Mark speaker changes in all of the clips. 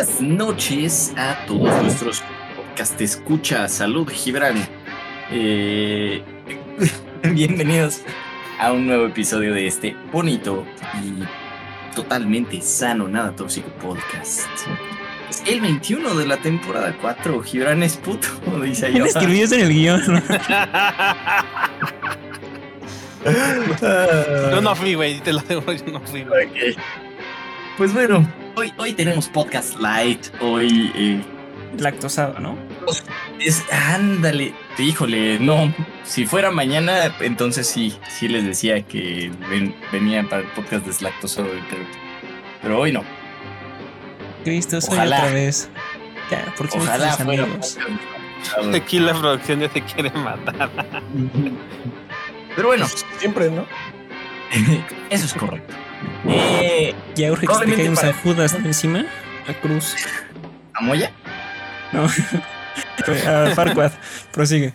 Speaker 1: buenas noches a todos nuestros podcast escucha. Salud, Gibran. Bienvenidos a un nuevo episodio de este bonito y totalmente sano, nada tóxico podcast. Es el 21 de la temporada 4. Gibran es puto, dice yo.
Speaker 2: Escribió eso en el guión.
Speaker 3: Yo no fui, güey, te lo digo, yo no fui, güey.
Speaker 1: Okay. Pues bueno, hoy tenemos podcast light, hoy
Speaker 2: lactosado, ¿no?
Speaker 1: Ándale, híjole, no, si fuera mañana, entonces sí les decía que venía para el podcast deslactosado, pero hoy no.
Speaker 2: Cristo, soy
Speaker 1: Ojalá.
Speaker 2: otra vez. Ya, porque
Speaker 1: Ojalá fuera
Speaker 2: amigos.
Speaker 3: Aquí la producción ya te quiere matar.
Speaker 1: Pero bueno,
Speaker 4: siempre, ¿no?
Speaker 1: eso es correcto.
Speaker 2: Ya urge que se te caiga un San Judas encima. A Cruz.
Speaker 1: ¿A Moya?
Speaker 2: No. A Farquaad. Prosigue.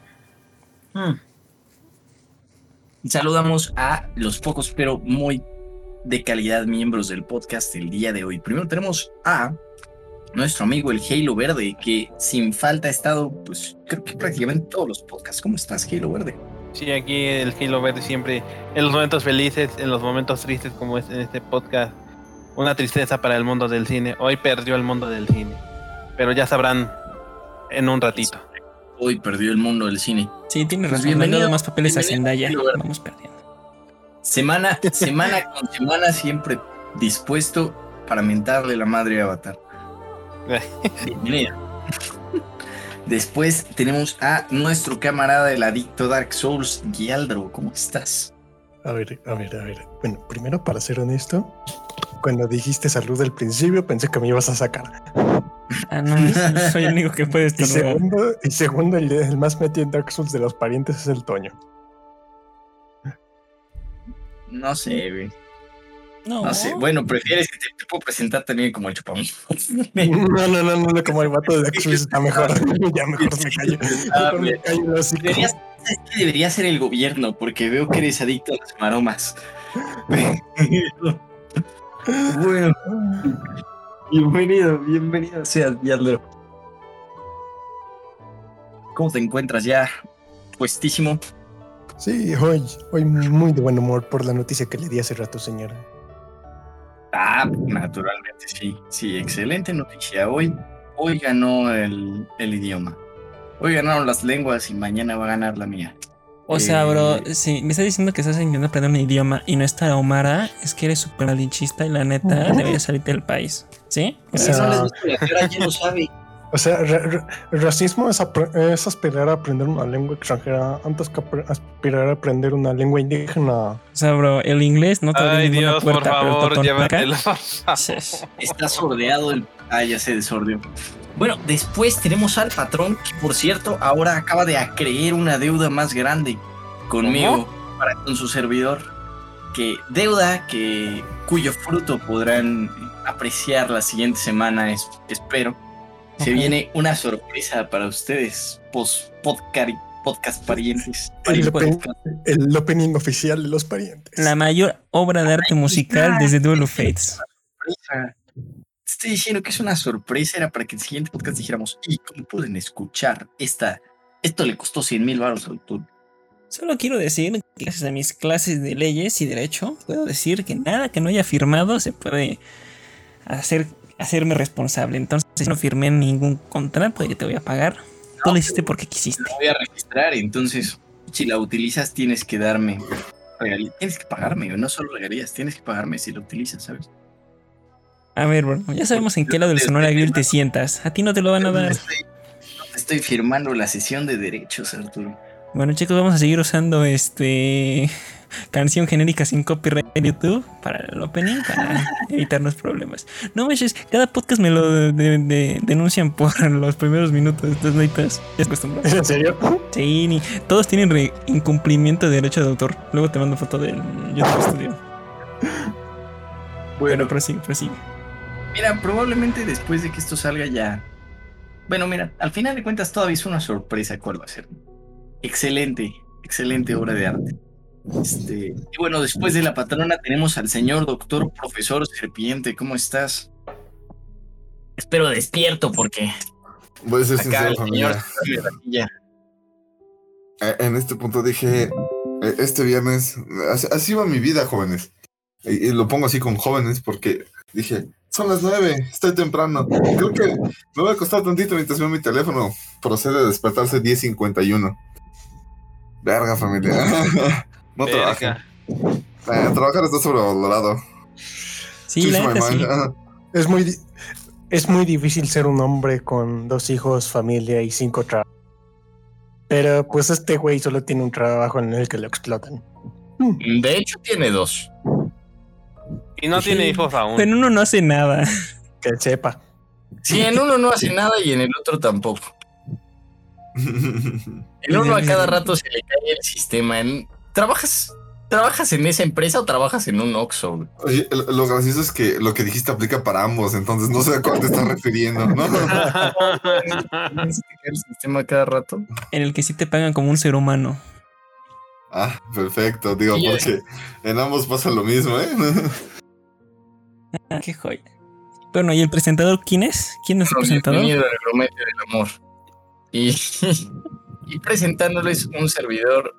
Speaker 1: Saludamos a los pocos, pero muy de calidad miembros del podcast el día de hoy. Primero tenemos a nuestro amigo el Halo Verde, que sin falta ha estado, pues creo que prácticamente todos los podcasts. ¿Cómo estás, Halo Verde?
Speaker 3: Sí, aquí el Halo Verde siempre, en los momentos felices, en los momentos tristes, como es en este podcast, una tristeza para el mundo del cine. Hoy perdió el mundo del cine, pero ya sabrán en un ratito.
Speaker 1: Hoy perdió el mundo del cine.
Speaker 2: Sí, tiene
Speaker 1: Pues
Speaker 2: razón. Me han
Speaker 1: bienvenido,
Speaker 2: dado más papeles a
Speaker 1: bienvenido,
Speaker 2: Zendaya.
Speaker 1: Halo Verde.
Speaker 2: Vamos perdiendo.
Speaker 1: Semana con semana siempre dispuesto para mentarle la madre a Avatar. Bienvenido. Después tenemos a nuestro camarada el adicto Dark Souls, Gialdro. ¿Cómo estás?
Speaker 4: A ver. Bueno, primero, para ser honesto, cuando dijiste salud al principio, pensé que me ibas a sacar.
Speaker 2: Ah, no, soy el único que puede
Speaker 4: Y
Speaker 2: estornudar.
Speaker 4: segundo, el más metido en Dark Souls de los parientes es el Toño.
Speaker 1: No sé, güey.
Speaker 2: No
Speaker 1: sé. Bueno, prefieres que te puedo presentar también como el chupamón.
Speaker 4: No, como el vato de Dark Souls está mejor. Ya mejor me callo. Mejor me callo el hocico.
Speaker 1: Debería ser el gobierno, porque veo que eres adicto a las maromas. Bueno, bienvenido seas, Gialdro. ¿Cómo te encuentras ya? Puestísimo.
Speaker 4: Sí, hoy muy de buen humor por la noticia que le di hace rato, señora.
Speaker 1: Naturalmente, sí, excelente noticia. Hoy ganó el idioma. Hoy ganaron las lenguas y mañana va a ganar la mía.
Speaker 2: O sea, bro, si me estás diciendo que estás intentando aprender un idioma y no está Omara, es que eres súper malinchista y la neta deberías salirte del país. ¿Sí?
Speaker 4: O sea,
Speaker 1: no les gusta la cara, ya lo sabe.
Speaker 4: O sea, racismo es aspirar a aprender una lengua extranjera antes que aspirar a aprender una lengua indígena.
Speaker 2: O sea, bro, el inglés no te abre
Speaker 3: Ay,
Speaker 2: ninguna
Speaker 3: Dios,
Speaker 2: puerta,
Speaker 3: por favor,
Speaker 2: pero
Speaker 3: llévatelo.
Speaker 1: Está sordeado ya se desordeó. Bueno, después tenemos al patrón, que por cierto, ahora acaba de acreer una deuda más grande conmigo con su servidor. Cuyo fruto podrán apreciar la siguiente semana, espero. Se viene una sorpresa para ustedes, podcast parientes.
Speaker 4: El opening oficial de los parientes.
Speaker 2: La mayor obra de arte musical desde Duel of Fates.
Speaker 1: Te estoy diciendo que es una sorpresa, era para que el siguiente podcast dijéramos, ¿y cómo pueden escuchar esto le costó 100,000 baros al autor?
Speaker 2: Solo quiero decir que gracias a mis clases de leyes y derecho, puedo decir que nada que no haya firmado se puede hacerme responsable. Entonces no firmé ningún contrato de que te voy a pagar. Tú lo hiciste porque quisiste.
Speaker 1: Lo voy a registrar, entonces si la utilizas tienes que darme regalías, tienes que pagarme, no solo regalías, tienes que pagarme si la utilizas, ¿sabes?
Speaker 2: A ver, bueno, ya sabemos en qué lado del Sonora Grill te sientas. A ti no te lo van a dar.
Speaker 1: No te estoy firmando la sesión de derechos, Arturo.
Speaker 2: Bueno, chicos, vamos a seguir usando canción genérica sin copyright en YouTube para el opening, para evitarnos problemas. No manches, cada podcast me lo denuncian por los primeros minutos. Entonces, neitas, ya es acostumbrado.
Speaker 4: ¿En serio?
Speaker 2: Sí, todos tienen incumplimiento de derecho de autor. Luego te mando foto del YouTube Studio. Bueno, prosigue.
Speaker 1: Mira, probablemente después de que esto salga ya... Bueno, mira, al final de cuentas todavía es una sorpresa cuál va a ser. Excelente obra de arte. Y bueno, después de la patrona tenemos al señor doctor profesor Serpiente. ¿Cómo estás? pero despierto porque
Speaker 5: Voy a ser
Speaker 1: acá
Speaker 5: sincero,
Speaker 1: el señor
Speaker 5: familia. En este punto dije, este viernes, así va mi vida, jóvenes. Y lo pongo así con jóvenes porque dije, son las 9, estoy temprano. Creo que me voy a acostar tantito mientras veo mi teléfono. Procede a despertarse 10:51. Verga, familia. No trabajen. Trabajar está sobrevalorado.
Speaker 2: Sí, la neta, sí.
Speaker 4: Es muy difícil ser un hombre con 2 hijos, familia y 5 trabajos. Pero pues este güey solo tiene un trabajo en el que lo explotan.
Speaker 1: De hecho, tiene 2.
Speaker 3: Y no tiene hijos aún.
Speaker 2: Pero uno no hace nada.
Speaker 4: Que sepa.
Speaker 1: Sí, en uno no hace nada y en el otro tampoco. En uno a cada rato se le cae el sistema. ¿Trabajas en esa empresa o trabajas en un Oxxo, güey?
Speaker 5: Oye, lo gracioso es que lo que dijiste aplica para ambos, entonces no sé a cuál te estás refiriendo, ¿no?
Speaker 1: ¿Se te cae el sistema a cada rato?
Speaker 2: En el que sí te pagan como un ser humano.
Speaker 5: Ah, perfecto, digo,
Speaker 1: Sí,
Speaker 5: porque en ambos pasa lo mismo, ¿eh?
Speaker 2: Ah, qué joya. Bueno, ¿y el presentador quién es? ¿Quién es el presentador?
Speaker 1: Bienvenido al grumete del amor. Y presentándoles un servidor.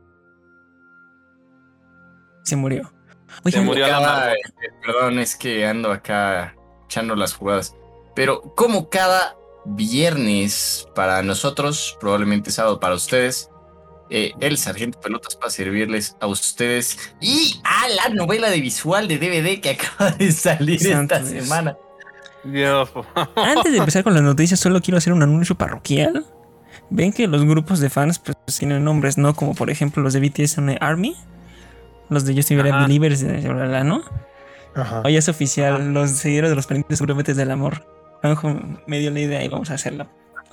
Speaker 2: Se murió. Oye,
Speaker 3: Se murió.
Speaker 1: Perdón, es que ando acá echando las jugadas. Pero como cada viernes para nosotros, probablemente sábado para ustedes, el Sargento Pelotas para servirles a ustedes y a la novela de visual de DVD que acaba de salir
Speaker 2: Santo
Speaker 1: esta
Speaker 2: Dios.
Speaker 1: semana.
Speaker 3: Dios.
Speaker 2: Antes de empezar con las noticias, solo quiero hacer un anuncio parroquial. Ven que los grupos de fans pues tienen nombres, ¿no? Como por ejemplo los de BTS son Army, los de Justin Bieber Believers, ¿no?
Speaker 4: Ajá.
Speaker 2: Hoy es oficial, los seguidores de los pendientes grumetes del amor. Juanjo me dio la idea y vamos a hacerlo.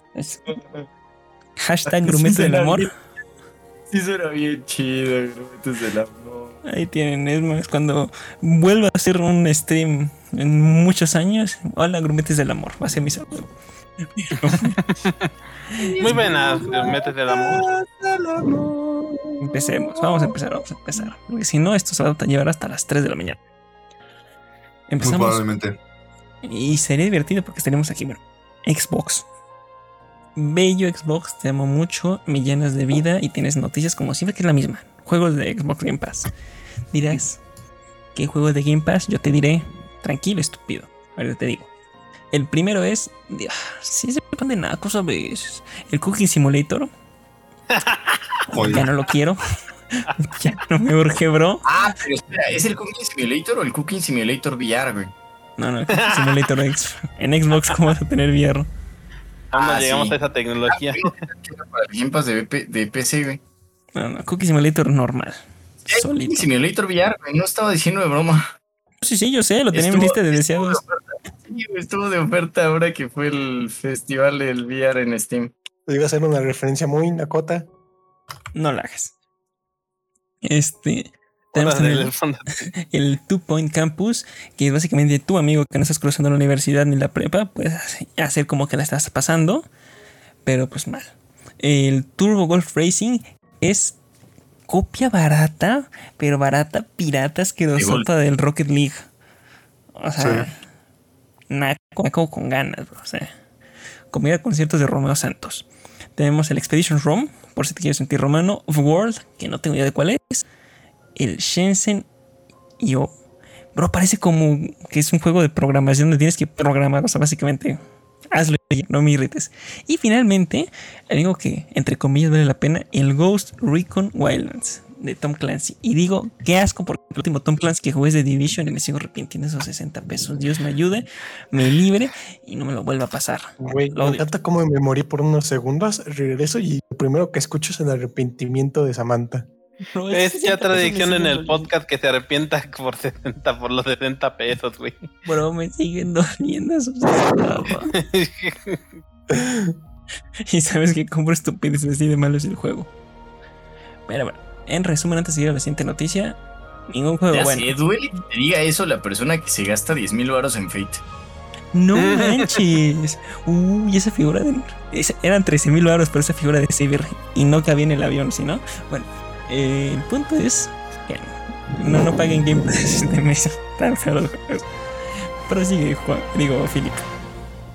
Speaker 2: Hashtag grumete del amor.
Speaker 1: Sí suena bien chido, grumetes del amor.
Speaker 2: Ahí tienen, es más, cuando vuelva a hacer un stream en muchos años, hola grumetes del amor, va a ser mi saludo.
Speaker 3: Muy buenas, metes del amor.
Speaker 2: Empecemos, vamos a empezar. Porque si no, esto se va a llevar hasta las 3 de la mañana.
Speaker 5: Muy
Speaker 2: Empezamos.
Speaker 5: probablemente.
Speaker 2: Y sería divertido porque estaremos aquí. Bueno, Xbox. Bello Xbox, te amo mucho, me llenas de vida y tienes noticias como siempre que es la misma. Juegos de Xbox Game Pass. Dirás, ¿qué juego de Game Pass? Yo te diré, tranquilo, estúpido. Ahora te digo. El primero es, sí se me de nada, ¿sabes? El Cooking Simulator.
Speaker 5: Joder.
Speaker 2: Ya no lo quiero. Ya no me urge, bro.
Speaker 1: Ah, pero espera, ¿es el Cooking Simulator o el Cooking Simulator VR, güey?
Speaker 2: No, el Cooking Simulator X. En Xbox, ¿cómo vas a tener VR?
Speaker 3: Aún no
Speaker 1: Ah,
Speaker 3: llegamos
Speaker 1: sí.
Speaker 3: a esa tecnología.
Speaker 1: Para el Game Pass de PC, güey.
Speaker 2: No, Cooking Simulator normal. Solito.
Speaker 1: Cooking Simulator VR, güey, no estaba diciendo de broma.
Speaker 2: Sí, yo sé, lo tenía en mi lista de deseados.
Speaker 1: Sí, güey, estuvo de oferta ahora que fue el festival del VR en Steam.
Speaker 4: Iba a ser una referencia muy nacota.
Speaker 2: No la hagas. Tenemos también el 2 Point Campus, que es básicamente tu amigo que no estás cruzando la universidad ni la prepa, puedes hacer como que la estás pasando, pero pues mal. El Turbo Golf Racing es copia barata, pero barata pirata asquerosota del Rocket League. O sea, naco con ganas, bro. O sea, comida conciertos de Romeo Santos. Tenemos el Expedition Rome, por si te quieres sentir romano. World, que no tengo idea de cuál es. El Shenzhen IO. Bro, parece como que es un juego de programación donde tienes que programar. O sea, básicamente, hazlo y no me irrites. Y finalmente, algo que entre comillas vale la pena, el Ghost Recon Wildlands de Tom Clancy. Y digo, qué asco, porque el último Tom Clancy que jugué es de Division y me sigo arrepintiendo esos 60 pesos. Dios me ayude, me libre y no me lo vuelva a pasar.
Speaker 4: Güey,
Speaker 2: Lo
Speaker 4: me
Speaker 2: odio.
Speaker 4: encanta cómo me morí por unos segundos, regreso y lo primero que escucho es el arrepentimiento de Samantha.
Speaker 2: Bro,
Speaker 3: Es ya
Speaker 2: 60 pesos
Speaker 3: tradición
Speaker 2: me
Speaker 3: en
Speaker 2: siguen
Speaker 3: el podcast que se arrepienta por los 60 pesos, güey.
Speaker 2: Bro, me siguen doliendo esos 60, bro. Y sabes que compro estupideces así de malo es el juego. Pero bueno, en resumen, antes de ir a la siguiente noticia, ningún juego
Speaker 1: Ya
Speaker 2: bueno.
Speaker 1: sé, duele que te diga eso la persona que se gasta 10,000 varos en Fate.
Speaker 2: No manches. Uy, esa figura de... eran 13,000 euros por esa figura de Saber y no cabía en el avión, ¿sí no? Bueno, el punto es que no paguen Game Pass este mes. Tan feos los juegos. Pero sigue, Juan, Philip.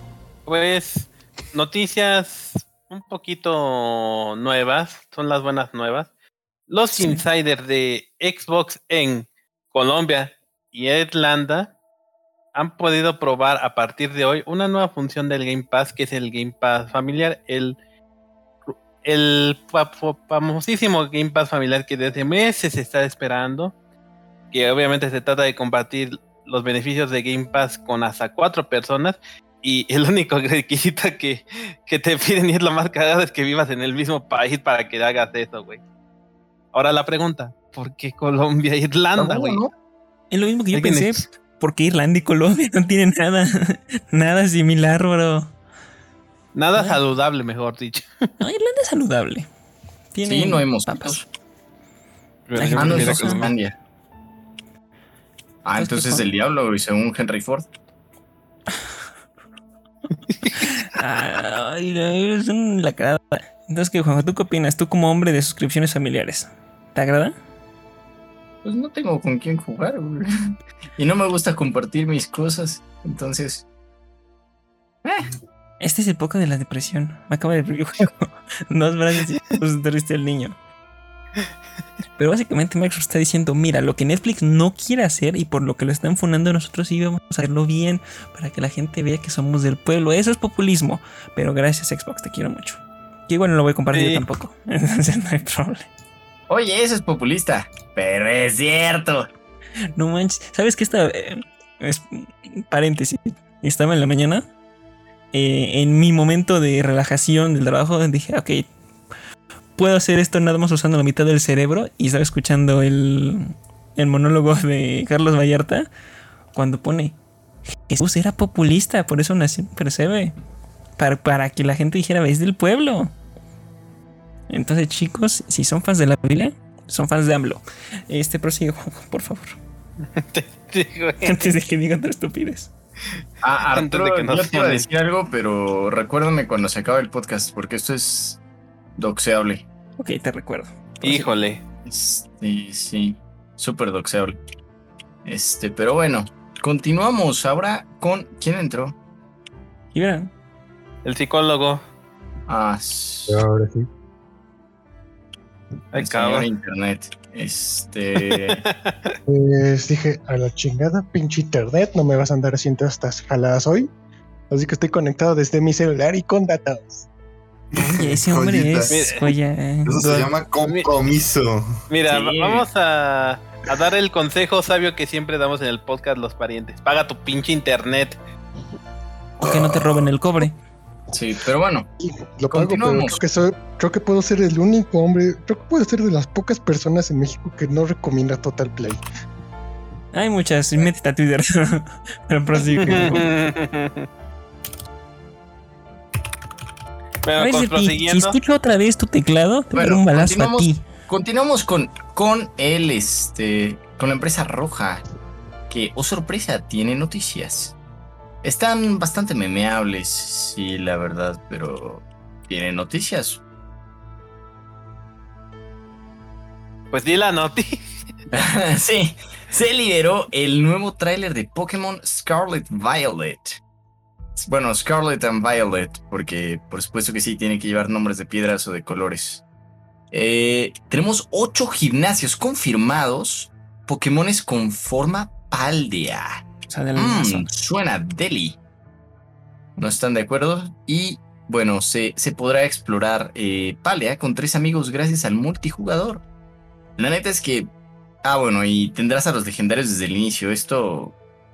Speaker 3: Pues noticias un poquito nuevas, son las buenas nuevas. Los insiders de Xbox en Colombia y Irlanda han podido probar a partir de hoy una nueva función del Game Pass, que es el Game Pass familiar, el famosísimo Game Pass familiar que desde meses se está esperando, que obviamente se trata de compartir los beneficios de Game Pass con hasta 4 personas, y el único requisito que te piden, y es lo más cagado, es que vivas en el mismo país para que hagas eso, güey. Ahora la pregunta, ¿por qué Colombia e Irlanda, güey?
Speaker 1: ¿No?
Speaker 2: Es lo mismo que yo pensé. Porque Irlanda y Colombia no tienen nada similar, bro.
Speaker 3: Nada saludable, mejor dicho.
Speaker 2: No, Irlanda es saludable.
Speaker 1: Sí, no hay
Speaker 2: papas.
Speaker 1: mosquitos. No es Islandia. Entonces es el diablo, y según Henry Ford.
Speaker 2: Es la cara. Entonces, ¿qué, Juanjo? ¿Tú qué opinas? Tú como hombre de suscripciones familiares, ¿te agrada?
Speaker 1: Pues no tengo con quién jugar, güey. Y no me gusta compartir mis cosas. Entonces.
Speaker 2: Este es el poco de la depresión. Me acaba de abrir el juego. 2 brazos y pues triste el niño. Pero básicamente Microsoft está diciendo: mira, lo que Netflix no quiere hacer y por lo que lo están fundando, nosotros sí vamos a hacerlo bien para que la gente vea que somos del pueblo. Eso es populismo. Pero gracias, Xbox, te quiero mucho. Que igual no lo voy a compartir yo tampoco. Entonces no hay problema.
Speaker 1: Oye, eso es populista. Pero es cierto.
Speaker 2: No manches. ¿Sabes qué? Paréntesis. Estaba en la mañana. En mi momento de relajación del trabajo, dije, ok, puedo hacer esto nada más usando la mitad del cerebro. Y estaba escuchando el monólogo de Carlos Vallarta cuando pone: Jesús era populista, por eso nació Percebe. Para que la gente dijera: es del pueblo. Entonces, chicos, si son fans de la Biblia, son fans de AMLO. Prosigue, por favor. Antes de que diga otra estupidez.
Speaker 1: Arturo, yo te iba a decir algo, pero recuérdame cuando se acabe el podcast, porque esto es doxeable.
Speaker 2: Ok, te recuerdo.
Speaker 3: Híjole.
Speaker 1: Sí, súper doxeable. Pero bueno, continuamos ahora con... ¿Quién entró?
Speaker 2: ¿Y verán?
Speaker 3: El psicólogo.
Speaker 4: Ahora sí.
Speaker 1: Ay, cabrón. Internet.
Speaker 4: Pues dije, a la chingada, pinche internet, no me vas a andar haciendo estas jaladas hoy. Así que estoy conectado desde mi celular y con datos.
Speaker 2: Oye, ese hombre es joya.
Speaker 5: Eso se llama compromiso.
Speaker 3: Mira,
Speaker 1: sí.
Speaker 3: Vamos a dar el consejo sabio que siempre damos en el podcast los parientes. Paga tu pinche internet.
Speaker 2: O que no te roben el cobre.
Speaker 1: Sí, pero bueno,
Speaker 4: lo pago, pero creo que puedo ser el único hombre, creo que puedo ser de las pocas personas en México que no recomienda Total Play.
Speaker 2: Hay muchas, métete a Twitter. Pero prosigue.
Speaker 3: Bueno,
Speaker 2: si escucho otra vez tu teclado, te daré un balazo a ti.
Speaker 1: Continuamos con con la empresa Roja, que, oh sorpresa, tiene noticias. Están bastante memeables, sí, la verdad, pero tienen noticias.
Speaker 3: Pues di la noticia.
Speaker 1: Sí, se liberó el nuevo tráiler de Pokémon Scarlet Violet. Bueno, Scarlet and Violet, porque por supuesto que sí, tiene que llevar nombres de piedras o de colores. Tenemos 8 gimnasios confirmados, Pokémones con forma pálea.
Speaker 2: O sea,
Speaker 1: Suena deli. ¿No están de acuerdo? Y bueno, se podrá explorar Pálea con 3 amigos gracias al multijugador. La neta es que... bueno, y tendrás a los legendarios desde el inicio. Esto...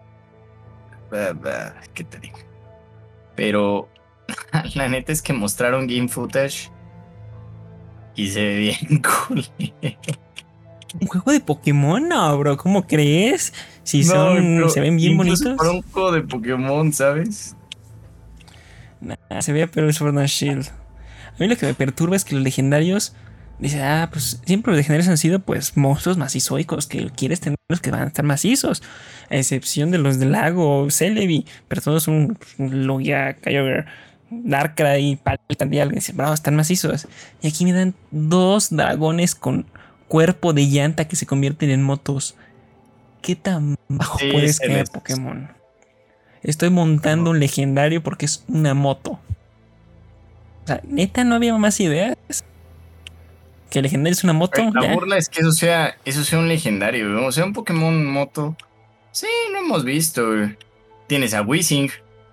Speaker 1: ¿qué te digo? Pero la neta es que mostraron game footage y se ve bien cool.
Speaker 2: ¿Un juego de Pokémon? No, bro, ¿cómo crees? Si se ven bien bonitos.
Speaker 1: Para un juego de Pokémon, ¿sabes?
Speaker 2: Nah, se ve peor el Sword and Shield. A mí lo que me perturba es que los legendarios... Dice, pues siempre los legendarios han sido pues monstruos macizoicos, que quieres tener los que van a estar macizos, a excepción de los del lago, Celebi, pero todos son Lugia, Kyogre, Darkrai, Palutena, que dicen, están macizos. Y aquí me dan 2 dragones con cuerpo de llanta que se convierten en motos. ¿Qué tan bajo puedes caer, Pokémon? estoy montando un legendario porque es una moto. O sea, neta, no había más ideas. Que el legendario es una moto.
Speaker 1: La
Speaker 2: ya.
Speaker 1: burla es que eso sea un legendario, ¿no? O sea, un Pokémon moto. Sí, lo hemos visto. Tienes a Weezing.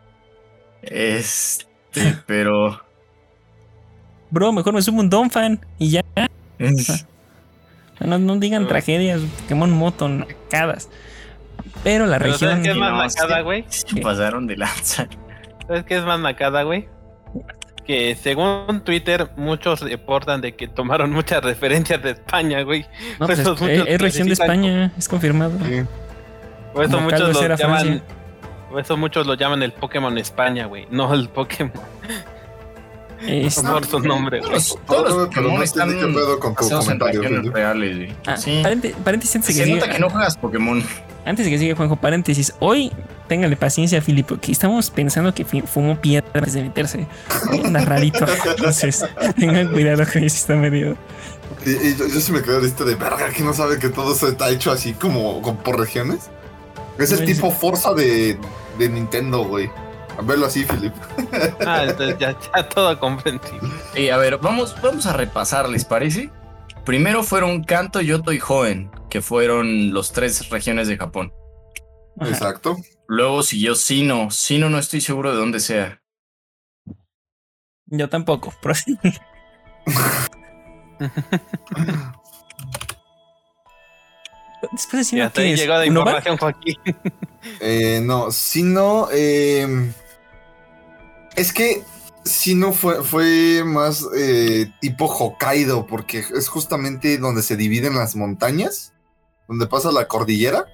Speaker 1: Pero.
Speaker 2: Bro, mejor me subo un Donphan y ya.
Speaker 1: es-
Speaker 2: No digan tragedias, Pokémon moto, nacadas. Pero la
Speaker 3: Pero
Speaker 2: región.
Speaker 3: ¿sabes qué es
Speaker 1: No,
Speaker 3: más nacada,
Speaker 1: sí.
Speaker 3: güey?
Speaker 1: Se pasaron de lanza.
Speaker 3: ¿Sabes qué es más nacada, güey? Que según Twitter, muchos reportan de que tomaron muchas referencias de España, güey.
Speaker 2: No, pues
Speaker 3: Esos
Speaker 2: es
Speaker 3: muchos
Speaker 2: región de
Speaker 3: clasifican
Speaker 2: España, es confirmado.
Speaker 5: Sí.
Speaker 3: Por eso
Speaker 2: Como
Speaker 3: muchos
Speaker 2: Calvez
Speaker 3: lo
Speaker 2: era
Speaker 3: llaman.
Speaker 2: Francia.
Speaker 3: Por eso muchos lo llaman el Pokémon España, güey. No el Pokémon.
Speaker 2: Este,
Speaker 3: Por su nombre, güey.
Speaker 1: Todos los
Speaker 5: Pero
Speaker 1: Pokémon
Speaker 5: no
Speaker 1: están
Speaker 5: entendí qué pedo con tu
Speaker 1: basados en
Speaker 5: comentario,
Speaker 1: regiones
Speaker 5: Philip.
Speaker 1: reales, güey. Sí.
Speaker 2: paréntesis antes de
Speaker 1: Se
Speaker 2: que
Speaker 1: nota
Speaker 2: siga.
Speaker 1: que no juegas Pokémon.
Speaker 2: Antes de que siga, Juanjo, paréntesis. Hoy, téngale paciencia, Filipe, que estamos pensando que fumó piedra antes de meterse. Anda rarito. Entonces, tengan cuidado que si está medio.
Speaker 5: Y yo sí me quedé ahorita de verga, que no sabe que todo eso está hecho así como por regiones. Es el
Speaker 2: No,
Speaker 5: tipo Forza de Nintendo, güey. A verlo así, Philip.
Speaker 3: Entonces ya todo comprensible.
Speaker 1: A ver, vamos a repasar, ¿les parece? Primero fueron Kanto, Yoto y Hoenn, que fueron los 3 regiones de Japón.
Speaker 2: Ajá.
Speaker 5: Exacto.
Speaker 1: Luego siguió Sinnoh. Sinnoh no estoy seguro de dónde sea.
Speaker 2: Yo tampoco. Pero... Después de
Speaker 3: Y
Speaker 2: Sinnoh,
Speaker 3: hasta ahí
Speaker 2: ¿qué es?
Speaker 3: llegó la
Speaker 2: ¿Unova?
Speaker 3: información, Joaquín.
Speaker 5: No, Sinnoh. Es que Sinnoh fue más tipo Hokkaido, porque es justamente donde se dividen las montañas, donde pasa la cordillera.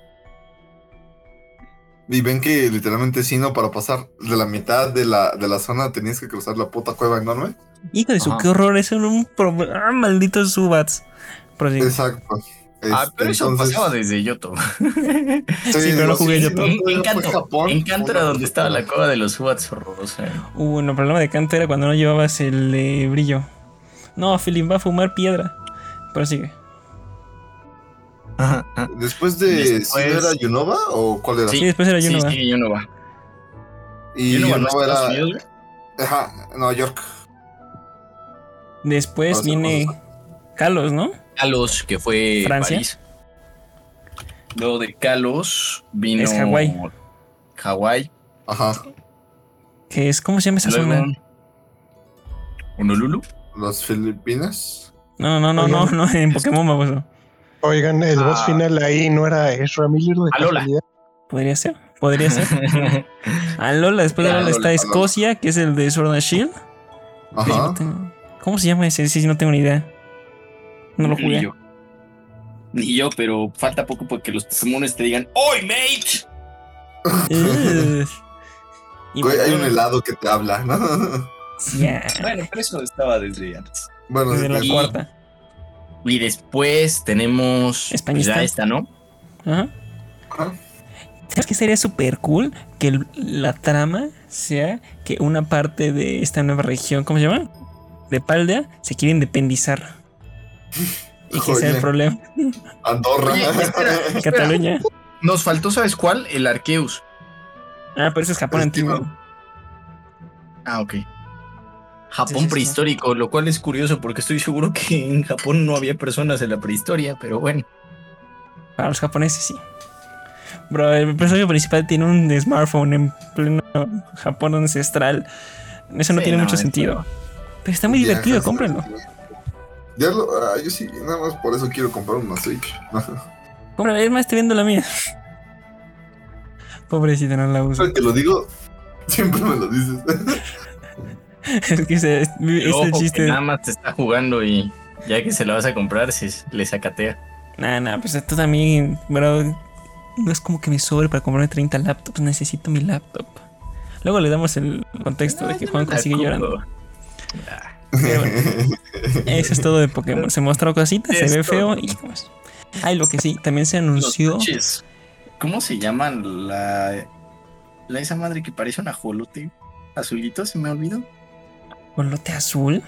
Speaker 5: Y ven que literalmente Sinnoh, para pasar de la mitad de la zona, tenías que cruzar la puta cueva enorme.
Speaker 2: Hijo de su,
Speaker 1: Ajá.
Speaker 2: qué horror. Eso era un problema. Malditos Subats. Prosigue.
Speaker 5: Exacto.
Speaker 1: Pero eso
Speaker 5: entonces-
Speaker 1: pasaba desde Yoto.
Speaker 2: Sí, pero no jugué yo todo.
Speaker 1: En Kanto,
Speaker 5: fue Japón,
Speaker 1: en Kanto era
Speaker 5: fue
Speaker 1: donde estaba la cueva de los Subats horrorosa.
Speaker 2: El problema de Kanto era cuando no llevabas el brillo. No, Philip va a fumar piedra. Prosigue.
Speaker 5: Después de
Speaker 1: Después-
Speaker 5: ¿Sinnoh era Unova o cuál era?
Speaker 2: Sí, después era
Speaker 1: Sí,
Speaker 2: Unova.
Speaker 1: sí, Unova.
Speaker 5: Y
Speaker 1: Unova no es
Speaker 5: Unova
Speaker 1: Estados
Speaker 5: era.
Speaker 1: Unidos, güey.
Speaker 5: Ajá, Nueva York.
Speaker 2: Después
Speaker 5: Vamos a-
Speaker 2: viene
Speaker 5: vamos
Speaker 2: Kalos, ¿no?
Speaker 1: Kalos, que fue
Speaker 2: Francia.
Speaker 1: París. Luego de Kalos vino
Speaker 2: Es Hawái.
Speaker 1: Hawái.
Speaker 5: Ajá.
Speaker 2: Que es, ¿cómo se llama esa
Speaker 1: Luego
Speaker 2: zona?
Speaker 1: Honolulu.
Speaker 5: Las Filipinas.
Speaker 2: No, en Pokémon baboso.
Speaker 4: Oigan, el boss final ahí no era Ezra Miller de
Speaker 1: Alola.
Speaker 4: casualidad.
Speaker 2: Podría ser. Alola, después de
Speaker 1: Ya,
Speaker 2: Alola está
Speaker 5: Alola.
Speaker 2: Escocia, que es el de Sword and Shield.
Speaker 5: Ajá.
Speaker 2: No tengo- ¿Cómo se llama ese? Sí, no tengo ni idea. No lo
Speaker 1: Ni
Speaker 2: jugué.
Speaker 1: yo. Ni yo, pero falta poco porque los Pokémones te digan ¡Oy, mate!
Speaker 2: Ugh. Y
Speaker 5: Güey, hay un
Speaker 2: bueno,
Speaker 5: helado que te habla, ¿no?
Speaker 2: ya,
Speaker 1: Bueno, pero eso estaba desde antes.
Speaker 5: Bueno,
Speaker 2: desde la
Speaker 5: y-
Speaker 2: cuarta.
Speaker 1: Y después tenemos
Speaker 2: Españista.
Speaker 1: ya esta, ¿no?
Speaker 2: Ajá.
Speaker 5: Ajá.
Speaker 2: ¿Sabes qué sería súper cool? Que la trama sea que una parte de esta nueva región, ¿cómo se llama? De Paldea, se quiere independizar. Y que sea el
Speaker 5: Oye.
Speaker 2: problema.
Speaker 5: Andorra.
Speaker 1: Oye, espera.
Speaker 2: Cataluña.
Speaker 1: Nos faltó, ¿sabes cuál? El Arceus.
Speaker 2: Ah, pero eso es Japón antiguo.
Speaker 1: Ah, ok. Japón
Speaker 2: Sí, sí, sí.
Speaker 1: prehistórico, lo cual es curioso porque estoy seguro que en Japón no había personas en la prehistoria, pero bueno.
Speaker 2: Para los japoneses, sí. Bro, el personaje principal tiene un smartphone en pleno Japón ancestral. Eso no
Speaker 1: Sí,
Speaker 2: tiene
Speaker 1: no,
Speaker 2: mucho
Speaker 1: eso
Speaker 2: sentido.
Speaker 1: no.
Speaker 2: Pero está muy divertido,
Speaker 5: Viajes.
Speaker 2: cómprenlo.
Speaker 5: Yo sí, nada más por eso quiero comprar una Switch.
Speaker 2: Cómpralo, es más, estoy viendo la mía. Pobrecita, no la uso.
Speaker 5: Siempre que lo digo, siempre me lo dices.
Speaker 2: Es que es el
Speaker 1: Ojo, que
Speaker 2: chiste.
Speaker 1: nada más te está jugando y ya que se la vas a comprar, le sacatea.
Speaker 2: Nah, pues tú también, bro. No es como que me sobre para comprarme 30 laptops. Necesito mi laptop. Luego le damos el contexto de que Juanjo sigue llorando. Pero bueno, eso es todo de Pokémon. Se mostró cositas, se
Speaker 1: Es
Speaker 2: ve feo
Speaker 1: todo.
Speaker 2: y pues. Ay, lo que sí, también se
Speaker 1: Los
Speaker 2: anunció.
Speaker 1: coches, ¿cómo se llaman? Esa madre que parece un ajolote azulito, se me olvidó.
Speaker 2: ¿Bolote azul?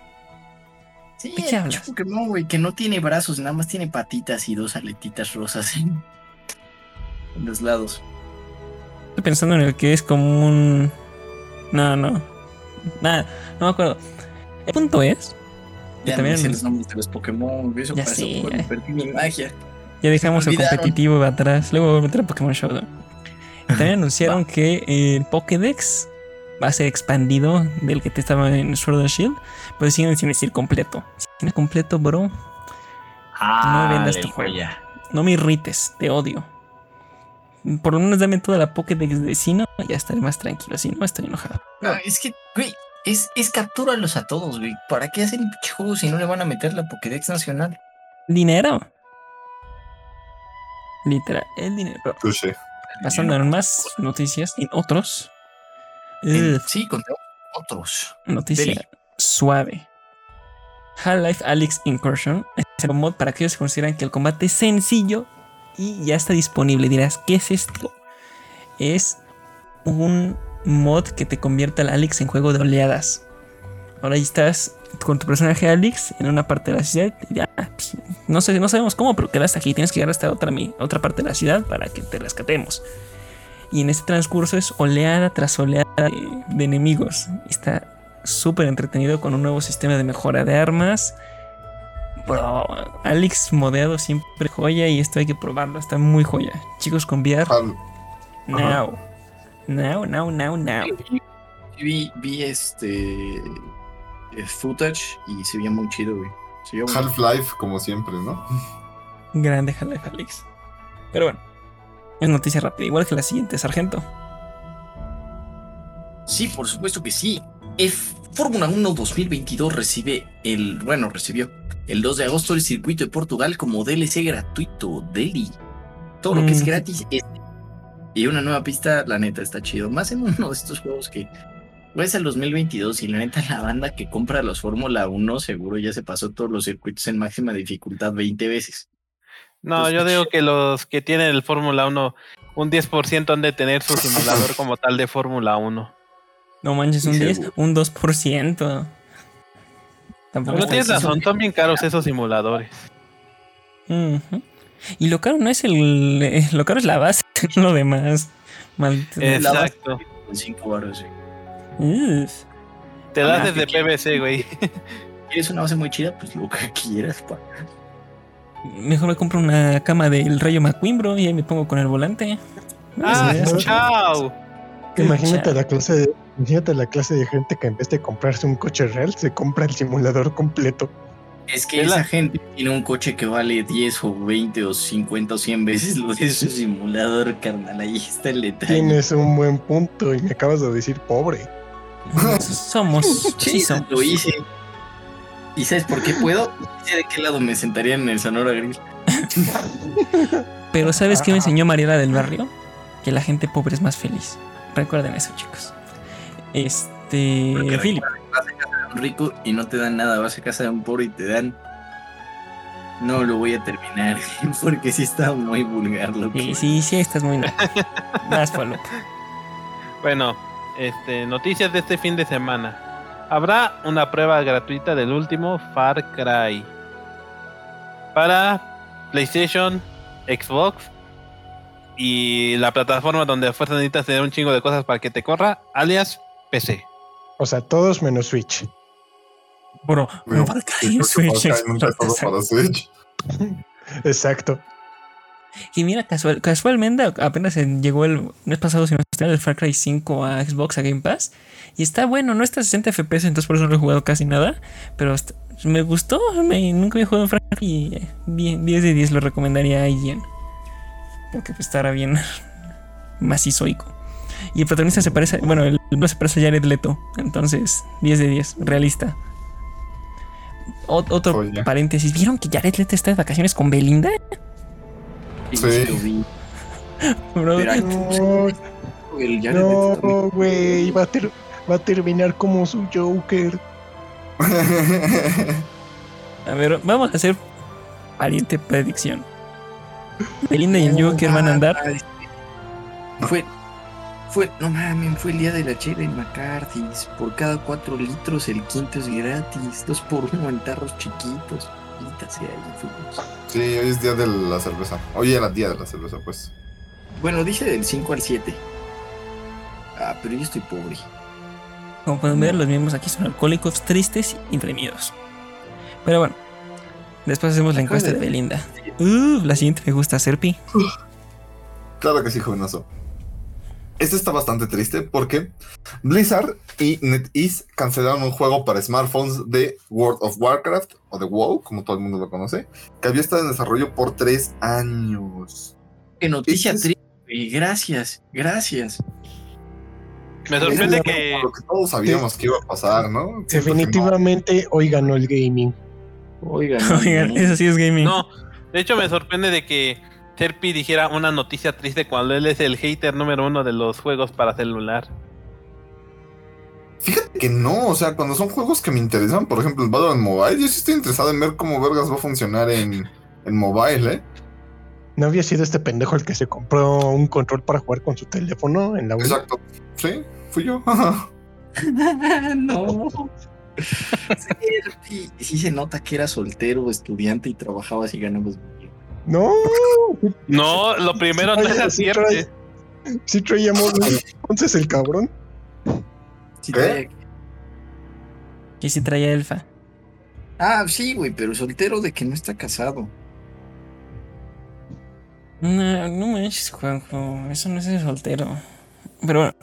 Speaker 1: Sí,
Speaker 2: ¿De qué
Speaker 1: el
Speaker 2: hablas?
Speaker 1: Pokémon, güey, que no tiene brazos, nada más tiene patitas y 2 aletitas rosas en los lados.
Speaker 2: Estoy pensando en el que es como un... No, nada, no me acuerdo. El punto es que
Speaker 1: Ya
Speaker 2: también
Speaker 1: no sé los nombres de los Pokémon, eso
Speaker 2: Ya
Speaker 1: pasó
Speaker 2: sé,
Speaker 1: por
Speaker 2: ya.
Speaker 1: perdí mi magia.
Speaker 2: ya dejamos
Speaker 1: Se
Speaker 2: el
Speaker 1: me olvidaron.
Speaker 2: competitivo atrás. Luego voy a meter a Pokémon Showdown. También anunciaron que el Pokédex va a ser expandido del que te estaba en Sword and Shield, pero siguen sin decir completo. Si tienes completo, bro, no vendas tu juego. No me irrites, te odio. Por lo menos dame toda la Pokédex de Sinnoh y ya estaré más tranquilo. Si no, estoy enojado.
Speaker 1: No, es que, güey, es captúralos a todos, güey. ¿Para qué hacen pinche juego si no le van a meter la Pokédex nacional?
Speaker 2: Dinero. Literal, el dinero. Pero
Speaker 5: Touché.
Speaker 2: pasando en más noticias, en otros.
Speaker 1: Sí, contra otros.
Speaker 2: Noticia
Speaker 1: Deli.
Speaker 2: suave. Half-Life Alyx Incursion es un mod para aquellos que consideran que el combate es sencillo y ya está disponible. Dirás, ¿qué es esto? Es un mod que te convierte al Alyx en juego de oleadas. Ahora ya estás con tu personaje Alyx en una parte de la ciudad. Y ya, pues, no sabemos cómo, pero quedaste aquí. Tienes que llegar hasta otra parte de la ciudad para que te rescatemos. Y en este transcurso es oleada tras oleada de enemigos. Está súper entretenido con un nuevo sistema de mejora de armas. Bro, Alyx modeado siempre joya y esto hay que probarlo. Está muy joya. Chicos con VR, now.
Speaker 1: Vi footage y se veía muy chido, güey. Se veía muy-
Speaker 5: Half-Life, como siempre, ¿no?
Speaker 2: Grande Half-Life Alyx. Pero bueno, es noticia rápida, igual que la siguiente, Sargento.
Speaker 1: Sí, por supuesto que sí. Fórmula 1 2022 recibió el 2 de agosto el circuito de Portugal como DLC gratuito, Deli. Todo lo que es gratis es... Y una nueva pista, la neta, está chido. Más en uno de estos juegos que... Es el 2022 y la neta la banda que compra los Fórmula 1 seguro ya se pasó todos los circuitos en máxima dificultad 20 veces.
Speaker 3: No,
Speaker 1: Pues,
Speaker 3: yo digo que los que tienen el Fórmula 1, un 10% han de tener su simulador como tal de Fórmula 1.
Speaker 2: No manches, un
Speaker 1: Sí,
Speaker 2: 10,
Speaker 1: seguro.
Speaker 2: un 2%. Tampoco
Speaker 3: No
Speaker 2: está
Speaker 3: tienes
Speaker 2: así.
Speaker 3: razón, son bien caros esos simuladores.
Speaker 2: Ujú. Y lo caro no es lo caro es la base, no lo demás.
Speaker 3: Exacto.
Speaker 1: Con 5 baros, güey.
Speaker 2: Uf.
Speaker 3: Te das desde PVC, güey.
Speaker 1: ¿Quieres una base muy chida? Pues lo que quieras, pa.
Speaker 2: Mejor me compro una cama del Rayo McQueen, bro, y ahí me pongo con el volante.
Speaker 3: Ah,
Speaker 2: Sí, eso.
Speaker 3: chao.
Speaker 4: Imagínate la clase de gente que en vez de comprarse un coche real, se compra el simulador completo.
Speaker 1: Es que
Speaker 3: Es
Speaker 1: esa
Speaker 3: la-
Speaker 1: gente tiene un coche que vale 10 o 20 o 50 o 100 veces lo de su simulador, carnal. Ahí está el detalle.
Speaker 4: Tienes un buen punto y me acabas de decir pobre.
Speaker 2: Somos, sí somos.
Speaker 1: Lo hice. ¿Y sabes por qué puedo? Sé de qué lado me sentaría en el Sonora Grill.
Speaker 2: Pero ¿sabes qué me enseñó Mariela del Barrio? Que la gente pobre es más feliz. Recuerden eso, chicos. Philip.
Speaker 1: Vas a casa de un rico y no te dan nada. Vas a casa de un pobre y te dan... No lo voy a terminar porque sí está muy vulgar lo que...
Speaker 2: Sí, estás muy mal. Más palo.
Speaker 3: Bueno, noticias de este fin de semana. Habrá una prueba gratuita del último Far Cry para PlayStation, Xbox y la plataforma donde a fuerza necesitas tener un chingo de cosas para que te corra, alias PC.
Speaker 4: O sea, todos menos Switch.
Speaker 2: Bro,
Speaker 5: Pero
Speaker 2: Far Cry
Speaker 5: creo
Speaker 2: en
Speaker 5: que
Speaker 2: Switch
Speaker 5: Far Cry nunca
Speaker 2: explota.
Speaker 5: todo para Switch.
Speaker 4: Exacto.
Speaker 2: Y mira, casualmente apenas llegó el mes pasado, si no está el Far Cry 5 a Xbox, a Game Pass. Y está bueno, no está a 60 FPS, entonces por eso no he jugado casi nada. Pero me gustó, nunca había jugado en Far Cry y 10 de 10 lo recomendaría a alguien. Porque pues estará bien macizoico. Y el protagonista se parece, bueno, el no se parece a Jared Leto. Entonces, 10 de 10, realista. Otro
Speaker 5: Joya.
Speaker 2: paréntesis, ¿vieron que Jared Leto está de vacaciones con Belinda?
Speaker 1: Sí,
Speaker 5: Sí.
Speaker 1: lo vi.
Speaker 2: Bro,
Speaker 1: Pero
Speaker 4: No,
Speaker 1: el Jared Leto también.
Speaker 4: no, güey, va a terminar como su Joker.
Speaker 2: a ver, vamos a hacer pariente predicción. Belinda y el Joker van a andar.
Speaker 1: No mames, fue el día de la chela en McCarthy's. Por cada 4 litros el quinto es gratis. 2 por 1 en tarros chiquitos. Maldita sea, ahí fuimos.
Speaker 5: Sí, hoy es día de la cerveza. Hoy era día de la cerveza, pues.
Speaker 1: Bueno, dice del 5 al 7. pero yo estoy pobre.
Speaker 2: Como pueden ver, los miembros aquí son alcohólicos, tristes y deprimidos. Pero bueno, después hacemos la encuesta de Belinda. La siguiente me gusta, Serpi.
Speaker 5: Claro que sí, jovenazo. Este está bastante triste porque Blizzard y NetEase cancelaron un juego para smartphones de World of Warcraft, o de WoW, como todo el mundo lo conoce, que había estado en desarrollo por 3 años.
Speaker 1: Qué noticia triste, y gracias.
Speaker 3: Me sorprende que...
Speaker 5: Lo que todos sabíamos que iba a pasar, ¿no?
Speaker 4: Definitivamente hoy ganó el gaming.
Speaker 2: Oigan, eso sí es gaming.
Speaker 3: No, de hecho me sorprende de que Serpi dijera una noticia triste cuando él es el hater número 1 de los juegos para celular.
Speaker 5: Fíjate que no, o sea, cuando son juegos que me interesan, por ejemplo el Valorant Mobile, yo sí estoy interesado en ver cómo vergas va a funcionar en mobile, ¿eh?
Speaker 4: ¿No había sido este pendejo el que se compró un control para jugar con su teléfono en la web?
Speaker 5: Exacto, sí, fui yo.
Speaker 1: No. Sí se nota que era soltero, estudiante y trabajabas y ganabas bien.
Speaker 4: No.
Speaker 3: No, lo primero no era cierto.
Speaker 4: Sí traía móvil. Entonces el cabrón.
Speaker 1: Sí
Speaker 5: ¿Qué?
Speaker 1: traía-
Speaker 2: Que sí traía elfa.
Speaker 1: Sí, güey, pero soltero de que no está casado.
Speaker 2: No manches, Juanjo. Eso no es ser soltero. Pero bueno,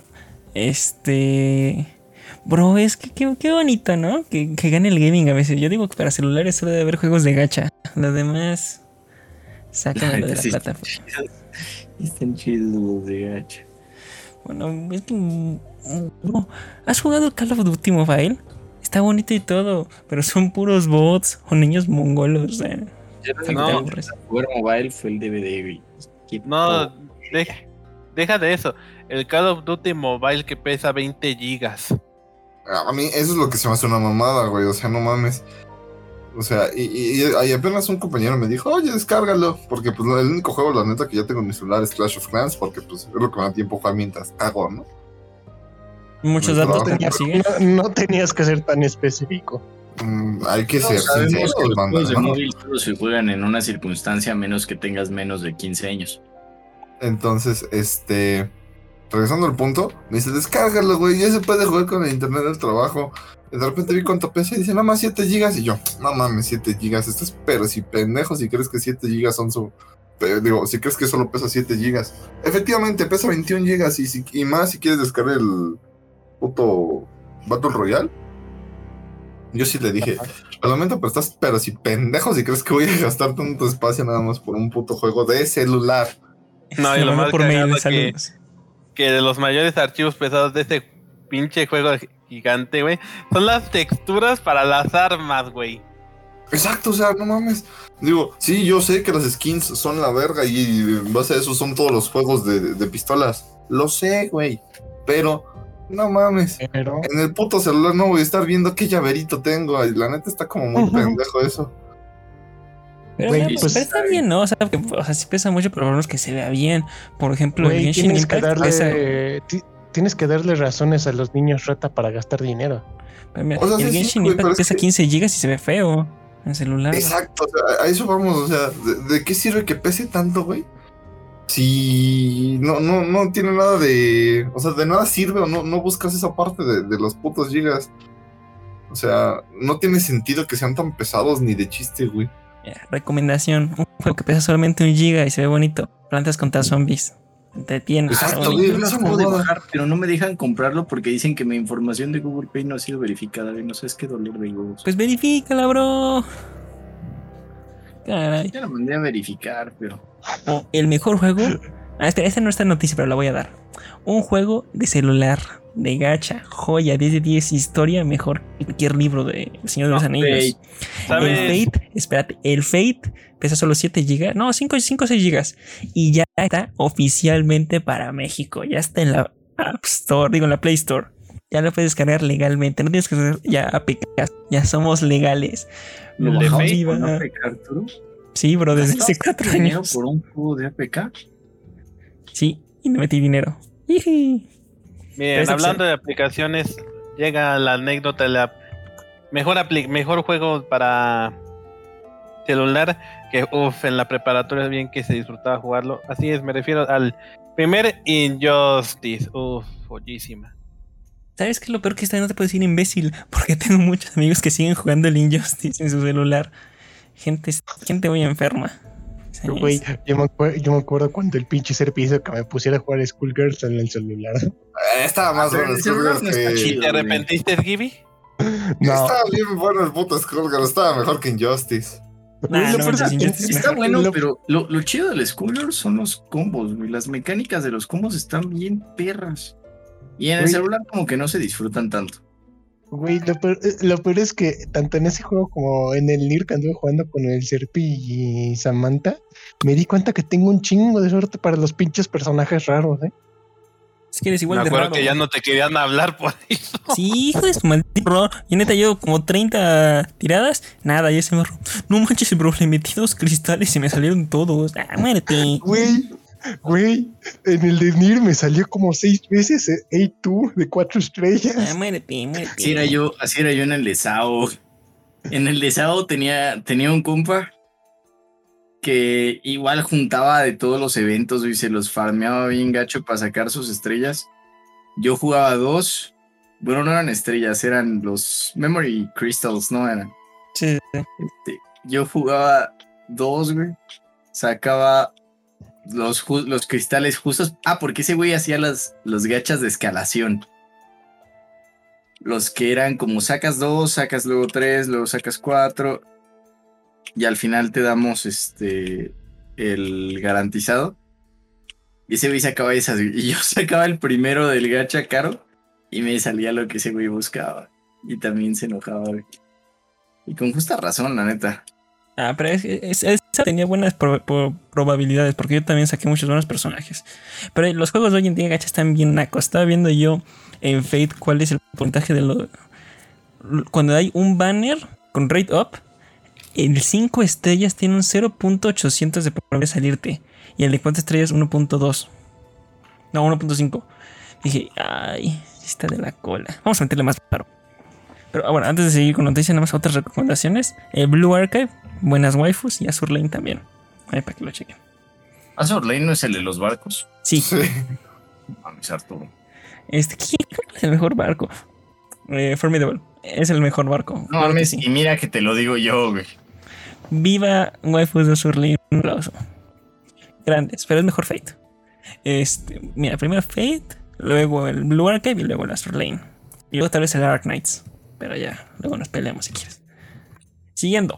Speaker 2: Bro, es que qué bonito, ¿no? Que gane el gaming a veces. Yo digo que para celulares solo debe haber juegos de gacha. Lo demás, sácamelo de la
Speaker 1: Sí,
Speaker 2: plataforma.
Speaker 1: Están chidos los de gacha.
Speaker 2: Bueno, es que... Bro, ¿has jugado Call of Duty Mobile? Está bonito y todo, pero son puros bots o niños mongolos.
Speaker 3: No.
Speaker 1: Jugar mobile fue el DVD, güey.
Speaker 3: No, deja de eso. El Call of Duty Mobile que pesa 20 gigas.
Speaker 5: A mí eso es lo que se me hace una mamada, güey, o sea, no mames. O sea, y apenas un compañero me dijo, oye, descárgalo, porque pues el único juego, la neta, que ya tengo en mi celular es Clash of Clans, porque pues es lo que me da tiempo jugar mientras cago, ¿no?
Speaker 2: Muchos
Speaker 5: No,
Speaker 2: datos,
Speaker 5: no,
Speaker 2: ¿te siguen?
Speaker 4: No tenías que ser tan específico.
Speaker 5: Hay que ser
Speaker 1: Sabemos
Speaker 5: sinceros,
Speaker 1: que los
Speaker 5: banda,
Speaker 1: juegos de
Speaker 5: ¿no?
Speaker 1: móvil solo se juegan en una circunstancia a menos que tengas menos de 15 años.
Speaker 5: Entonces, regresando al punto, me dice, descárgalo, güey, ya se puede jugar con el internet del trabajo. Y de repente vi cuánto pesa y dice, nada más 7 gigas. Y yo, no mames, 7 gigas, esto es pero si pendejo, si crees que 7 gigas son si crees que solo pesa 7 gigas. Efectivamente, pesa 21 gigas y más si quieres descargar el puto Battle Royale. Yo sí le dije, lo lamento, pero si pendejo, si crees que voy a gastar tanto espacio nada más por un puto juego de celular.
Speaker 3: No, y lo
Speaker 2: Lo
Speaker 3: más
Speaker 2: mando por mail,
Speaker 3: cagado
Speaker 2: saludos.
Speaker 3: que de los mayores archivos pesados de ese pinche juego gigante, güey, son las texturas para las armas, güey.
Speaker 5: Exacto, o sea, no mames. Digo, sí, yo sé que las skins son la verga y en base a eso son todos los juegos de pistolas. Lo sé, güey. Pero, no mames.
Speaker 4: Pero
Speaker 5: En el puto celular no voy a estar viendo qué llaverito tengo. Y la neta está como muy pendejo eso.
Speaker 2: Pero,
Speaker 4: Güey,
Speaker 2: pero
Speaker 4: pues,
Speaker 2: está bien, ¿no? O sea, sí pesa mucho, pero por lo menos que se vea bien. Por ejemplo, el
Speaker 4: güey,
Speaker 2: Genshin
Speaker 4: tienes que
Speaker 2: Impact pesa...
Speaker 4: tienes que darle razones a los niños rata para gastar dinero.
Speaker 2: Mira,
Speaker 5: O sea,
Speaker 2: el
Speaker 5: sí,
Speaker 2: Genshin
Speaker 5: güey,
Speaker 2: Impact
Speaker 5: pero es
Speaker 2: pesa
Speaker 5: que-
Speaker 2: 15 gigas y se ve feo en celular.
Speaker 5: Exacto, o sea, a eso vamos, o sea, ¿de qué sirve que pese tanto, güey? Si no tiene nada de... O sea, de nada sirve o no buscas esa parte de los putos gigas. O sea, no tiene sentido que sean tan pesados ni de chiste, güey.
Speaker 2: Recomendación: un juego que pesa solamente 1 giga y se ve bonito. Plantas contra zombies. Te tienes.
Speaker 5: Exacto,
Speaker 1: Sí,
Speaker 5: güey,
Speaker 1: yo lo
Speaker 5: esa
Speaker 1: acabo de
Speaker 5: mamada.
Speaker 1: bajar, pero no me dejan comprarlo porque dicen que mi información de Google Pay no ha sido verificada. güey. No sé, es que dolor de huevos.
Speaker 2: Pues verifícala, bro. Caray.
Speaker 1: Ya la mandé a verificar, pero...
Speaker 2: O el mejor juego. Espera, esta no está en noticia, pero la voy a dar. Un juego de celular, de gacha, joya, 10 de 10, historia, mejor que cualquier libro de El Señor de los Anillos.
Speaker 3: ¿Sabes?
Speaker 2: El Fate, espérate, el Fate pesa solo 7 GB, no, 5 o 6 GB. Y ya está oficialmente para México. Ya está en la App Store, digo en la Play Store. Ya lo puedes descargar legalmente. No tienes que hacer ya APK. Ya somos legales.
Speaker 1: ¿Lo
Speaker 3: ¿El de
Speaker 1: bajamos
Speaker 3: Fate?
Speaker 1: por
Speaker 2: Viva.
Speaker 1: APK, Arturo?
Speaker 2: Sí, bro, desde hace
Speaker 1: ¿Gastaste
Speaker 2: 4
Speaker 1: dinero
Speaker 2: años.
Speaker 1: por un juego de APK?
Speaker 2: Sí, y me metí dinero. Iji.
Speaker 3: Miren,
Speaker 2: Percepción.
Speaker 3: hablando de aplicaciones, llega la anécdota de la mejor juego para celular que en la preparatoria bien que se disfrutaba jugarlo. Así es, me refiero al primer Injustice. joyísima.
Speaker 2: ¿Sabes qué es lo peor? Que esta no te puedo decir imbécil, porque tengo muchos amigos que siguen jugando el Injustice en su celular. Gente muy enferma. Sí,
Speaker 4: Güey, yo me acuerdo cuando el pinche Serpi hizo que me pusiera a jugar Skullgirls en el celular.
Speaker 5: Estaba más
Speaker 1: pero
Speaker 5: bueno
Speaker 1: el celular
Speaker 5: Skullgirls
Speaker 1: no está
Speaker 5: que...
Speaker 1: chido.
Speaker 3: ¿Te arrepentiste, Gibby?
Speaker 4: No,
Speaker 5: Estaba bien bueno el puto Skullgirls. Estaba mejor que Injustice.
Speaker 2: Nah,
Speaker 4: lo
Speaker 2: no,
Speaker 4: peor es
Speaker 2: manches,
Speaker 4: que-
Speaker 2: Injustice
Speaker 1: Está
Speaker 2: mejor.
Speaker 1: bueno,
Speaker 4: lo-
Speaker 1: pero lo chido del Schooler son los combos, güey. Las mecánicas de los combos están bien perras. Y en el
Speaker 4: Güey.
Speaker 1: celular como que no se disfrutan tanto.
Speaker 4: Güey, lo peor es que tanto en ese juego como en el Nier que anduve jugando con el Serpi y Samantha, me di cuenta que tengo un chingo de suerte para los pinches personajes raros, ¿eh?
Speaker 2: Es que eres igual
Speaker 3: Me
Speaker 2: de
Speaker 3: acuerdo
Speaker 2: raro.
Speaker 3: que ya no te querían hablar por eso.
Speaker 2: Sí, hijo de su maldito horror. Y neta, yo como 30 tiradas. Nada, ya se me... No manches, bro, le metí 2 cristales y me salieron todos. Ah, muérete.
Speaker 4: Güey, en el de Nier me salió como 6 veces A2 de 4 estrellas.
Speaker 2: Ah, muérete.
Speaker 1: Así era yo en el de Sao. En el de Sao tenía un compa que igual juntaba de todos los eventos y se los farmeaba bien gacho para sacar sus estrellas. Yo jugaba 2. Bueno, no eran estrellas, eran los Memory Crystals, ¿no? Eran.
Speaker 2: Sí.
Speaker 1: Yo jugaba 2, güey. Sacaba los cristales justos. Ah, porque ese güey hacía los gachas de escalación. Los que eran como sacas 2, sacas luego 3, luego sacas 4. Y al final te damos el garantizado. Y ese güey sacaba esas. Y yo sacaba el primero del gacha caro. Y me salía lo que ese güey buscaba. Y también se enojaba, güey. Y con justa razón, la neta.
Speaker 2: Ah, pero esa tenía buenas probabilidades, porque yo también saqué muchos buenos personajes. Pero los juegos de hoy en día, gacha, están bien nacos. Estaba viendo yo en Fate cuál es el porcentaje de lo... Cuando hay un banner con rate up, el 5 estrellas tiene un 0.800 de probabilidad de salirte. Y el de 4 estrellas 1.2. No, 1.5. Dije, ay, está de la cola. Vamos a meterle más paro. Pero bueno, antes de seguir con noticias, nada más otras recomendaciones. Blue Archive, buenas waifus, y Azur Lane también. Ahí para que lo chequen.
Speaker 1: Azur Lane no es el de los barcos.
Speaker 2: Sí.
Speaker 1: Mames, Arturo.
Speaker 2: ¿Quién es el mejor barco? Formidable. Es el mejor barco.
Speaker 1: No
Speaker 2: Claro que
Speaker 1: mames,
Speaker 2: sí.
Speaker 1: y mira que te lo digo yo, güey.
Speaker 2: Viva waifus de Azur Lane. Un aplauso. Grandes, pero es mejor Fate. Mira, primero Fate, luego el Blue Archive y luego el Azur Lane. Y luego tal vez el Dark Knights. Pero ya, luego nos peleamos si quieres. Siguiendo.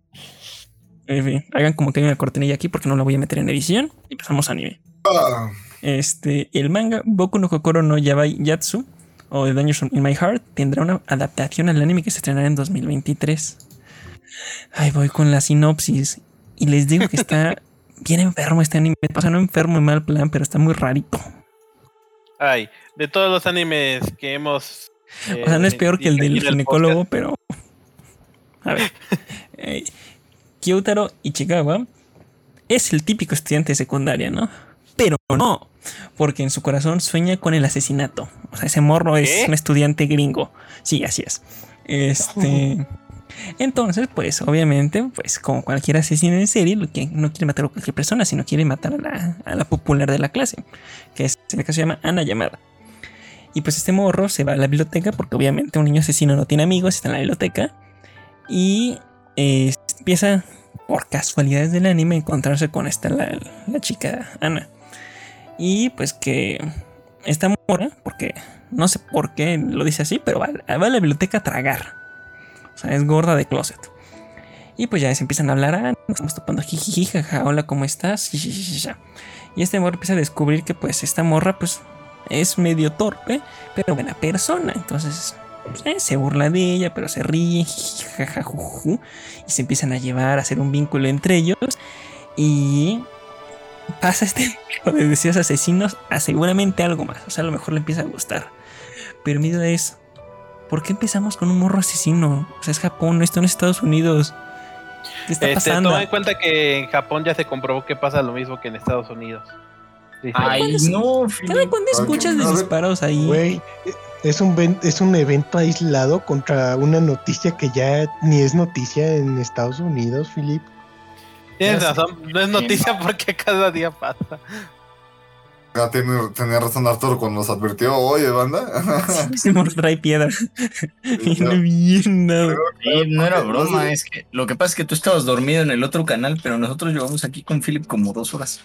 Speaker 2: En fin, hagan como que hay una cortinilla aquí porque no la voy a meter en edición. Y pasamos a anime.
Speaker 5: Ah,
Speaker 2: El manga Boku no Kokoro no Yabai Yatsu o The Dangers in My Heart tendrá una adaptación al anime que se estrenará en 2023. Ay, voy con la sinopsis y les digo que está bien enfermo este anime. O sea, no enfermo en mal plan, pero está muy rarito.
Speaker 3: Ay, de todos los animes que hemos...
Speaker 2: O sea, no es peor que el del
Speaker 3: aquí en
Speaker 2: ginecólogo,
Speaker 3: podcast,
Speaker 2: pero... A ver. Kyoutaro Ichigawa es el típico estudiante de secundaria, ¿no? Pero no, porque en su corazón sueña con el asesinato. O sea, ese morro es
Speaker 3: ¿Qué?
Speaker 2: un estudiante gringo. Sí, así es. Entonces, pues, obviamente, pues, como cualquier asesino en serie, lo que no quiere matar a cualquier persona, sino quiere matar a la popular de la clase, que es, en el caso se llama Ana Yamada. Y pues este morro se va a la biblioteca, porque obviamente un niño asesino no tiene amigos, está en la biblioteca. Y empieza, por casualidades del anime, a encontrarse con la chica Ana. Y pues que esta morra, porque no sé por qué lo dice así, pero va a la biblioteca a tragar. O sea, es gorda de closet. Y pues ya se empiezan a hablar, nos estamos topando, jijiji, jaja, hola, ¿cómo estás? Y este morro empieza a descubrir que pues esta morra pues es medio torpe, pero buena persona. Entonces pues, se burla de ella, pero se ríe, jajajuju, y se empiezan a llevar, a hacer un vínculo entre ellos. Y pasa de deseos asesinos a seguramente algo más. O sea, a lo mejor le empieza a gustar. Pero mi duda es, ¿por qué empezamos con un morro asesino? O sea, es Japón, esto no es Estados Unidos. ¿Qué está pasando?
Speaker 3: Toma en cuenta que en Japón ya se comprobó que pasa lo mismo que en Estados Unidos. Sí,
Speaker 1: Ay, no,
Speaker 2: ¿Cada cuándo escuchas de disparos ahí?
Speaker 4: Güey, es un evento aislado contra una noticia que ya ni es noticia en Estados Unidos, Philip.
Speaker 3: Tienes
Speaker 1: Ya
Speaker 3: razón, no es noticia porque cada día pasa.
Speaker 5: Tenía razón Arturo cuando nos advirtió, oye, banda.
Speaker 2: Hicimos trae piedra. Viene bien dado.
Speaker 1: No era broma, es que lo que pasa es que tú estabas dormido en el otro canal, pero nosotros llevamos aquí con Philip como 2 horas.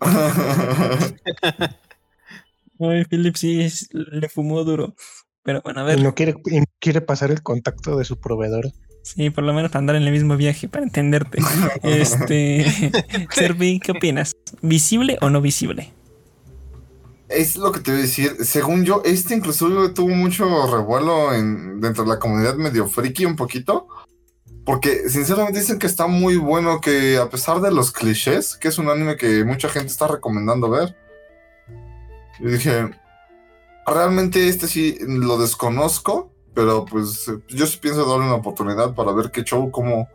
Speaker 2: Ay, Philip sí le fumó duro. Pero bueno, a
Speaker 4: Y
Speaker 2: ver.
Speaker 4: no quiere pasar el contacto de su proveedor.
Speaker 2: Sí, por lo menos para andar en el mismo viaje, para entenderte. Servi, ¿qué opinas? ¿Visible o no visible?
Speaker 5: Es lo que te voy a decir. Según yo, incluso tuvo mucho revuelo dentro de la comunidad medio friki un poquito. Porque sinceramente dicen que está muy bueno, que a pesar de los clichés, que es un anime que mucha gente está recomendando ver. Yo dije, realmente sí lo desconozco, pero pues yo sí pienso darle una oportunidad para ver qué show, cómo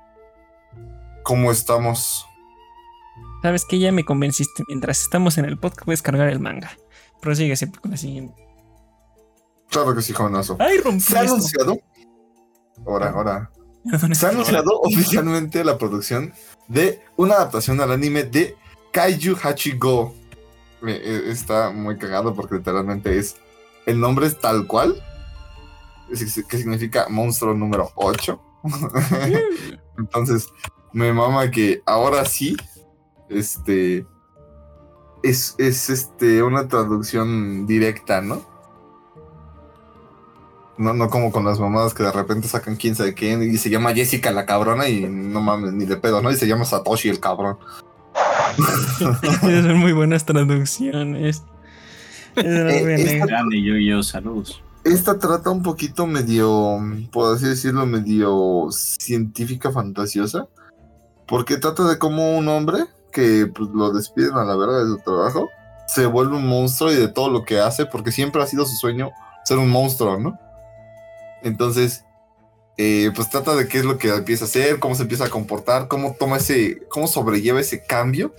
Speaker 5: estamos.
Speaker 2: ¿Sabes qué? Ya me convenciste. Mientras estamos en el podcast, puedes cargar el manga. Prosigue siempre con la siguiente.
Speaker 5: Claro que sí, jovenazo.
Speaker 2: ¡Ay, rompí
Speaker 5: Se ha
Speaker 2: esto!
Speaker 5: anunciado. Ahora.
Speaker 2: Perdón,
Speaker 5: Se ha anunciado oficialmente la producción de una adaptación al anime de Kaiju Hachigo. Está muy cagado porque literalmente el nombre es tal cual, que significa monstruo número 8. Entonces, me mama que ahora sí, es una traducción directa, ¿no? No como con las mamadas que de repente sacan quién sabe quién y se llama Jessica la cabrona y no mames, ni de pedo, ¿no? Y se llama Satoshi el cabrón.
Speaker 2: Son muy buenas traducciones.
Speaker 1: Grande, yo, saludos.
Speaker 5: Esta trata un poquito medio, por así decirlo, medio científica fantasiosa. Porque trata de cómo un hombre que pues, lo despiden a la verga de su trabajo se vuelve un monstruo y de todo lo que hace, porque siempre ha sido su sueño ser un monstruo, ¿no? Entonces, pues trata de qué es lo que empieza a hacer, cómo se empieza a comportar, cómo sobrelleva ese cambio.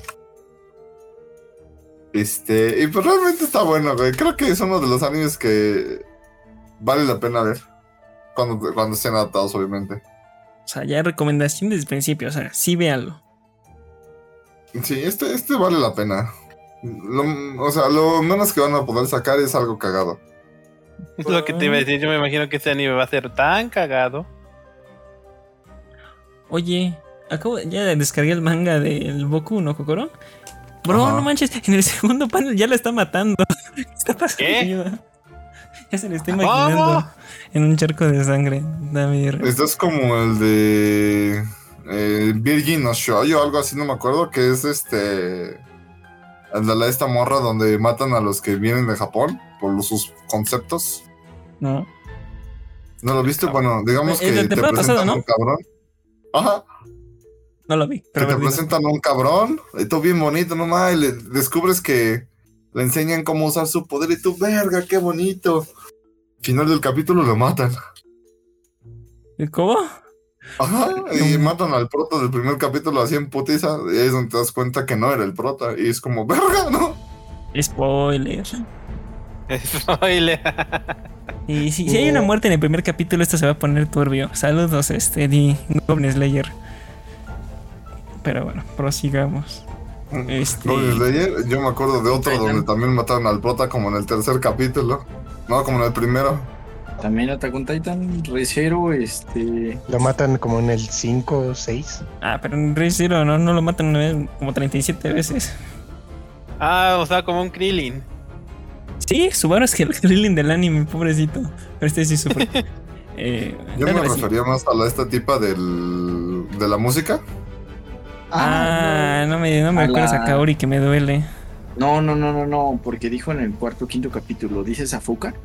Speaker 5: Y pues realmente está bueno, güey. Creo que es uno de los animes que vale la pena ver cuando estén adaptados, obviamente.
Speaker 2: O sea, ya recomendación desde el principio. O sea, sí véanlo.
Speaker 5: Sí, este vale la pena. Lo menos que van a poder sacar es algo cagado.
Speaker 3: Es lo que te iba a decir. Yo me imagino que este anime va a ser tan cagado.
Speaker 2: Oye, ya descargué el manga del Boku no Kokoro. Bro,
Speaker 5: Ajá.
Speaker 2: no manches, en el segundo panel ya la está matando. ¿Qué está pasando?
Speaker 3: ¿Qué?
Speaker 2: Ayuda. Ya se le está imaginando en un charco de sangre. David.
Speaker 5: Esto es como el de Virgin no Shoujo o algo así, no me acuerdo, que es el de esta morra donde matan a los que vienen de Japón por sus conceptos.
Speaker 2: No.
Speaker 5: ¿No lo viste? Bueno, digamos que
Speaker 2: ¿Te
Speaker 5: te
Speaker 2: fue
Speaker 5: presentan
Speaker 2: pasado, no?
Speaker 5: un cabrón. Ajá.
Speaker 2: No lo vi.
Speaker 5: Que
Speaker 2: Pero
Speaker 5: te
Speaker 2: a ver, dime.
Speaker 5: presentan a un cabrón, y todo bien bonito nomás, y descubres que le enseñan cómo usar su poder y tú, verga, qué bonito. Final del capítulo lo matan.
Speaker 2: ¿Cómo?
Speaker 5: Ajá, y matan al prota del primer capítulo así en putiza, y ahí es donde te das cuenta que no era el prota, y es como, verga, ¿no?
Speaker 2: Spoiler.
Speaker 3: Spoiler.
Speaker 2: Y si hay una muerte en el primer capítulo, esto se va a poner turbio. Saludos, Goblin Slayer. Pero bueno, prosigamos.
Speaker 5: Goblin Slayer, yo me acuerdo de otro donde también mataron al prota como en el tercer capítulo. No, como en el primero.
Speaker 1: También Attack on Titan, Re:Zero,
Speaker 4: Lo matan como en el 5 o 6.
Speaker 2: Ah, pero en Re:Zero no lo matan una vez, como 37 veces.
Speaker 3: Ah, o sea, como un Krillin.
Speaker 2: Sí, Subaru es que el Krillin del anime, pobrecito. Pero sí sufre.
Speaker 5: Yo me refería más a esta tipa de la música.
Speaker 2: No me acuerdas a Kaori que me duele.
Speaker 1: No, porque dijo en el cuarto o quinto capítulo, ¿dices a Fuka?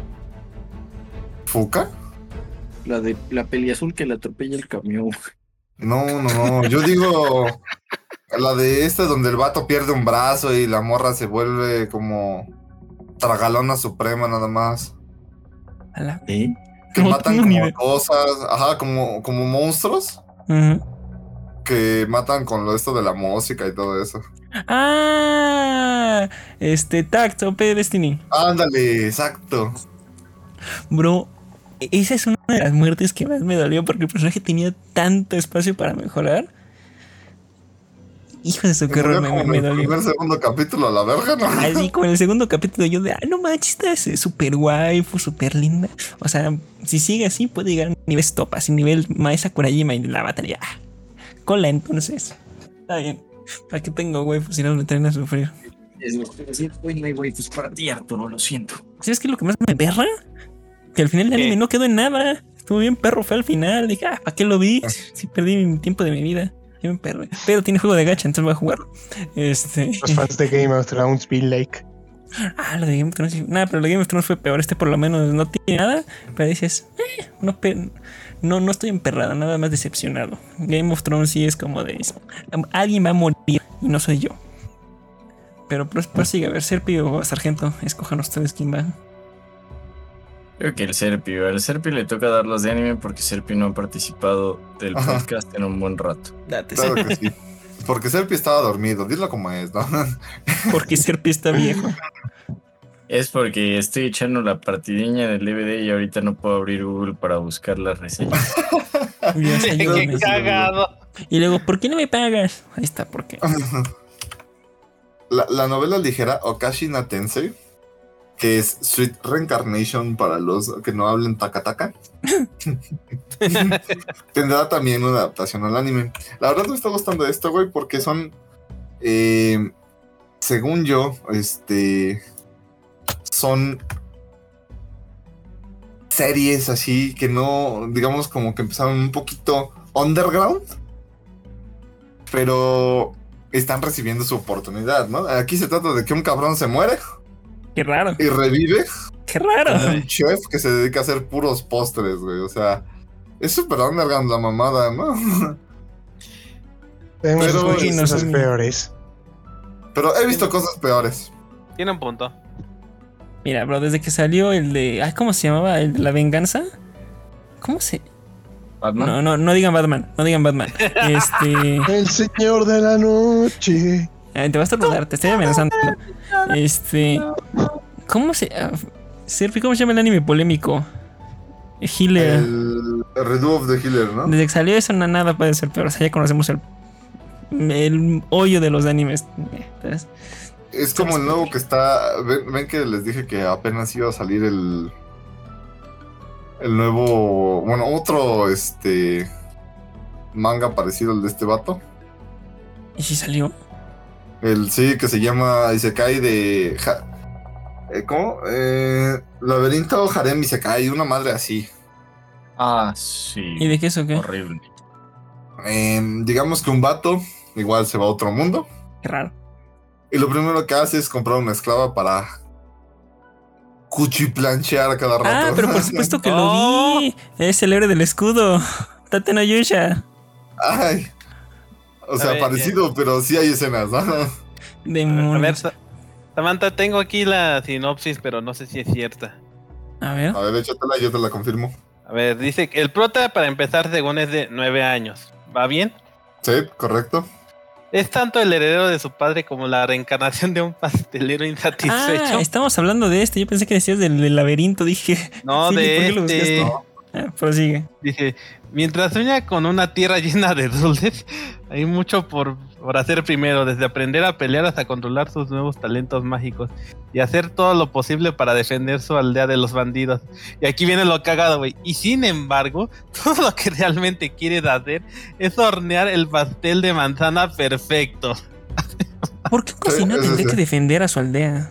Speaker 5: ¿Fuka?
Speaker 1: La de la peli azul que le atropella el camión.
Speaker 5: No, yo digo la de donde el vato pierde un brazo y la morra se vuelve como tragalona suprema nada más.
Speaker 1: ¿Eh?
Speaker 5: Que
Speaker 2: No
Speaker 5: matan
Speaker 2: tengo ni
Speaker 5: como
Speaker 2: idea.
Speaker 5: cosas, ajá, como monstruos
Speaker 2: Ujú.
Speaker 5: que matan con lo de la música y todo eso.
Speaker 2: Ah, Tact, OP Destiny.
Speaker 5: Ándale, exacto.
Speaker 2: Bro, esa es una de las muertes que más me dolió porque el personaje tenía tanto espacio para mejorar. Hijo de su qué horror, me
Speaker 5: En el
Speaker 2: dolió.
Speaker 5: primer, segundo capítulo a la verga, ¿no?
Speaker 2: Así como en el segundo capítulo yo de, no manches, esta es súper guay, fue súper linda. O sea, si sigue así puede llegar a nivel top, así nivel Mae Sakurajima y la batería. Cola, entonces. Está bien. ¿Para qué tengo waifus si no me traen a sufrir?
Speaker 1: Hoy no hay waifus para ti, Arturo, lo siento.
Speaker 2: ¿Sabes qué es lo que más me perra? Que al final el anime no quedó en nada. Estuvo bien perro, fue al final. Dije, ¿para qué lo vi? Si perdí mi tiempo de mi vida. Yo me perro. Pero tiene juego de gacha, entonces voy a jugarlo.
Speaker 4: Los fans de Game of Thrones be like.
Speaker 2: Lo de Game of Thrones. Nada, pero lo de Game of Thrones fue peor. Este por lo menos no tiene nada. Pero dices, no estoy emperrado, nada más decepcionado. Game of Thrones sí es como de alguien va a morir y no soy yo. Pero prosigue, a ver, Serpi o Sargento, escojan ustedes quién va.
Speaker 1: Creo que el Serpi le toca dar los de anime porque Serpi no ha participado del podcast en un buen rato.
Speaker 2: Date,
Speaker 5: Claro que sí. Porque Serpi estaba dormido, dilo como es, ¿no?
Speaker 2: Porque Serpi está viejo.
Speaker 1: Es porque estoy echando la partidiña del DVD y ahorita no puedo abrir Google para buscar las reseñas.
Speaker 2: Dios, ayúdame.
Speaker 3: ¡Qué cagado!
Speaker 2: Y luego, ¿por qué no me pagas? Ahí está, ¿por qué?
Speaker 5: La novela ligera Okashi na Tensei, que es Sweet Reincarnation para los que no hablen taka-taka, tendrá también una adaptación al anime. La verdad me está gustando esto, güey, porque son, según yo, son series así que no, digamos como que empezaron un poquito underground, pero están recibiendo su oportunidad, ¿no? Aquí se trata de que un cabrón se muere
Speaker 2: Qué raro.
Speaker 5: y revive
Speaker 2: Qué raro.
Speaker 5: como un chef que se dedica a hacer puros postres, güey. O sea, es súper underground la mamada, ¿no?
Speaker 4: Tenemos
Speaker 5: Pero
Speaker 4: cosas
Speaker 2: no,
Speaker 4: peores.
Speaker 5: Pero he visto cosas peores.
Speaker 3: Tiene un punto.
Speaker 2: Mira, bro, desde que salió el de... ¿cómo se llamaba? ¿El de la venganza? ¿Cómo se...?
Speaker 1: ¿Batman?
Speaker 2: No digan Batman. No digan Batman.
Speaker 4: El señor de la noche.
Speaker 2: Te vas a rodar, te estoy amenazando. ¿Cómo se...? Serpi, ¿cómo se llama el anime polémico? Healer.
Speaker 5: El Redo of the Healer, ¿no?
Speaker 2: Desde que salió eso, nada puede ser peor. O sea, ya conocemos el hoyo de los animes. Entonces,
Speaker 5: Es como el nuevo que está... Ven que les dije que apenas iba a salir el nuevo... Bueno, otro manga parecido al de este vato.
Speaker 2: ¿y si salió?
Speaker 5: El sí, que se llama Isekai de... ¿Cómo? Laberinto Harem Isekai, una madre así.
Speaker 1: Ah, sí.
Speaker 2: ¿Y de qué eso qué?
Speaker 1: Horrible.
Speaker 5: Digamos que un vato igual se va a otro mundo.
Speaker 2: Qué raro.
Speaker 5: Y lo primero que hace es comprar una esclava para cuchiplanchear a cada rato.
Speaker 2: Pero por supuesto que lo vi. Es el héroe del escudo. Tate no Yusha.
Speaker 5: Ay. O sea,
Speaker 3: ver,
Speaker 5: parecido, pero sí hay escenas, ¿no?
Speaker 3: A ver,
Speaker 2: Demonios.
Speaker 3: Samantha, tengo aquí la sinopsis, pero no sé si es cierta.
Speaker 2: A ver.
Speaker 5: A ver, échatela, yo te la confirmo.
Speaker 3: A ver, dice que el prota, para empezar, según es de 9 años. ¿Va bien?
Speaker 5: Sí, correcto.
Speaker 3: Es tanto el heredero de su padre como la reencarnación de un pastelero insatisfecho.
Speaker 2: Estamos hablando de este. Yo pensé que decías del laberinto. Dije.
Speaker 3: No,
Speaker 2: sí, ¿por
Speaker 3: de
Speaker 2: qué lo
Speaker 3: este.
Speaker 2: buscaste? Prosigue.
Speaker 3: Dice, mientras sueña con una tierra llena de dulces, hay mucho por hacer primero, desde aprender a pelear hasta controlar sus nuevos talentos mágicos y hacer todo lo posible para defender su aldea de los bandidos. Y aquí viene lo cagado, güey. Y sin embargo, todo lo que realmente quiere hacer es hornear el pastel de manzana perfecto.
Speaker 2: ¿Por qué un cocinero
Speaker 5: Sí,
Speaker 2: tendría
Speaker 5: sí.
Speaker 2: que defender a su aldea?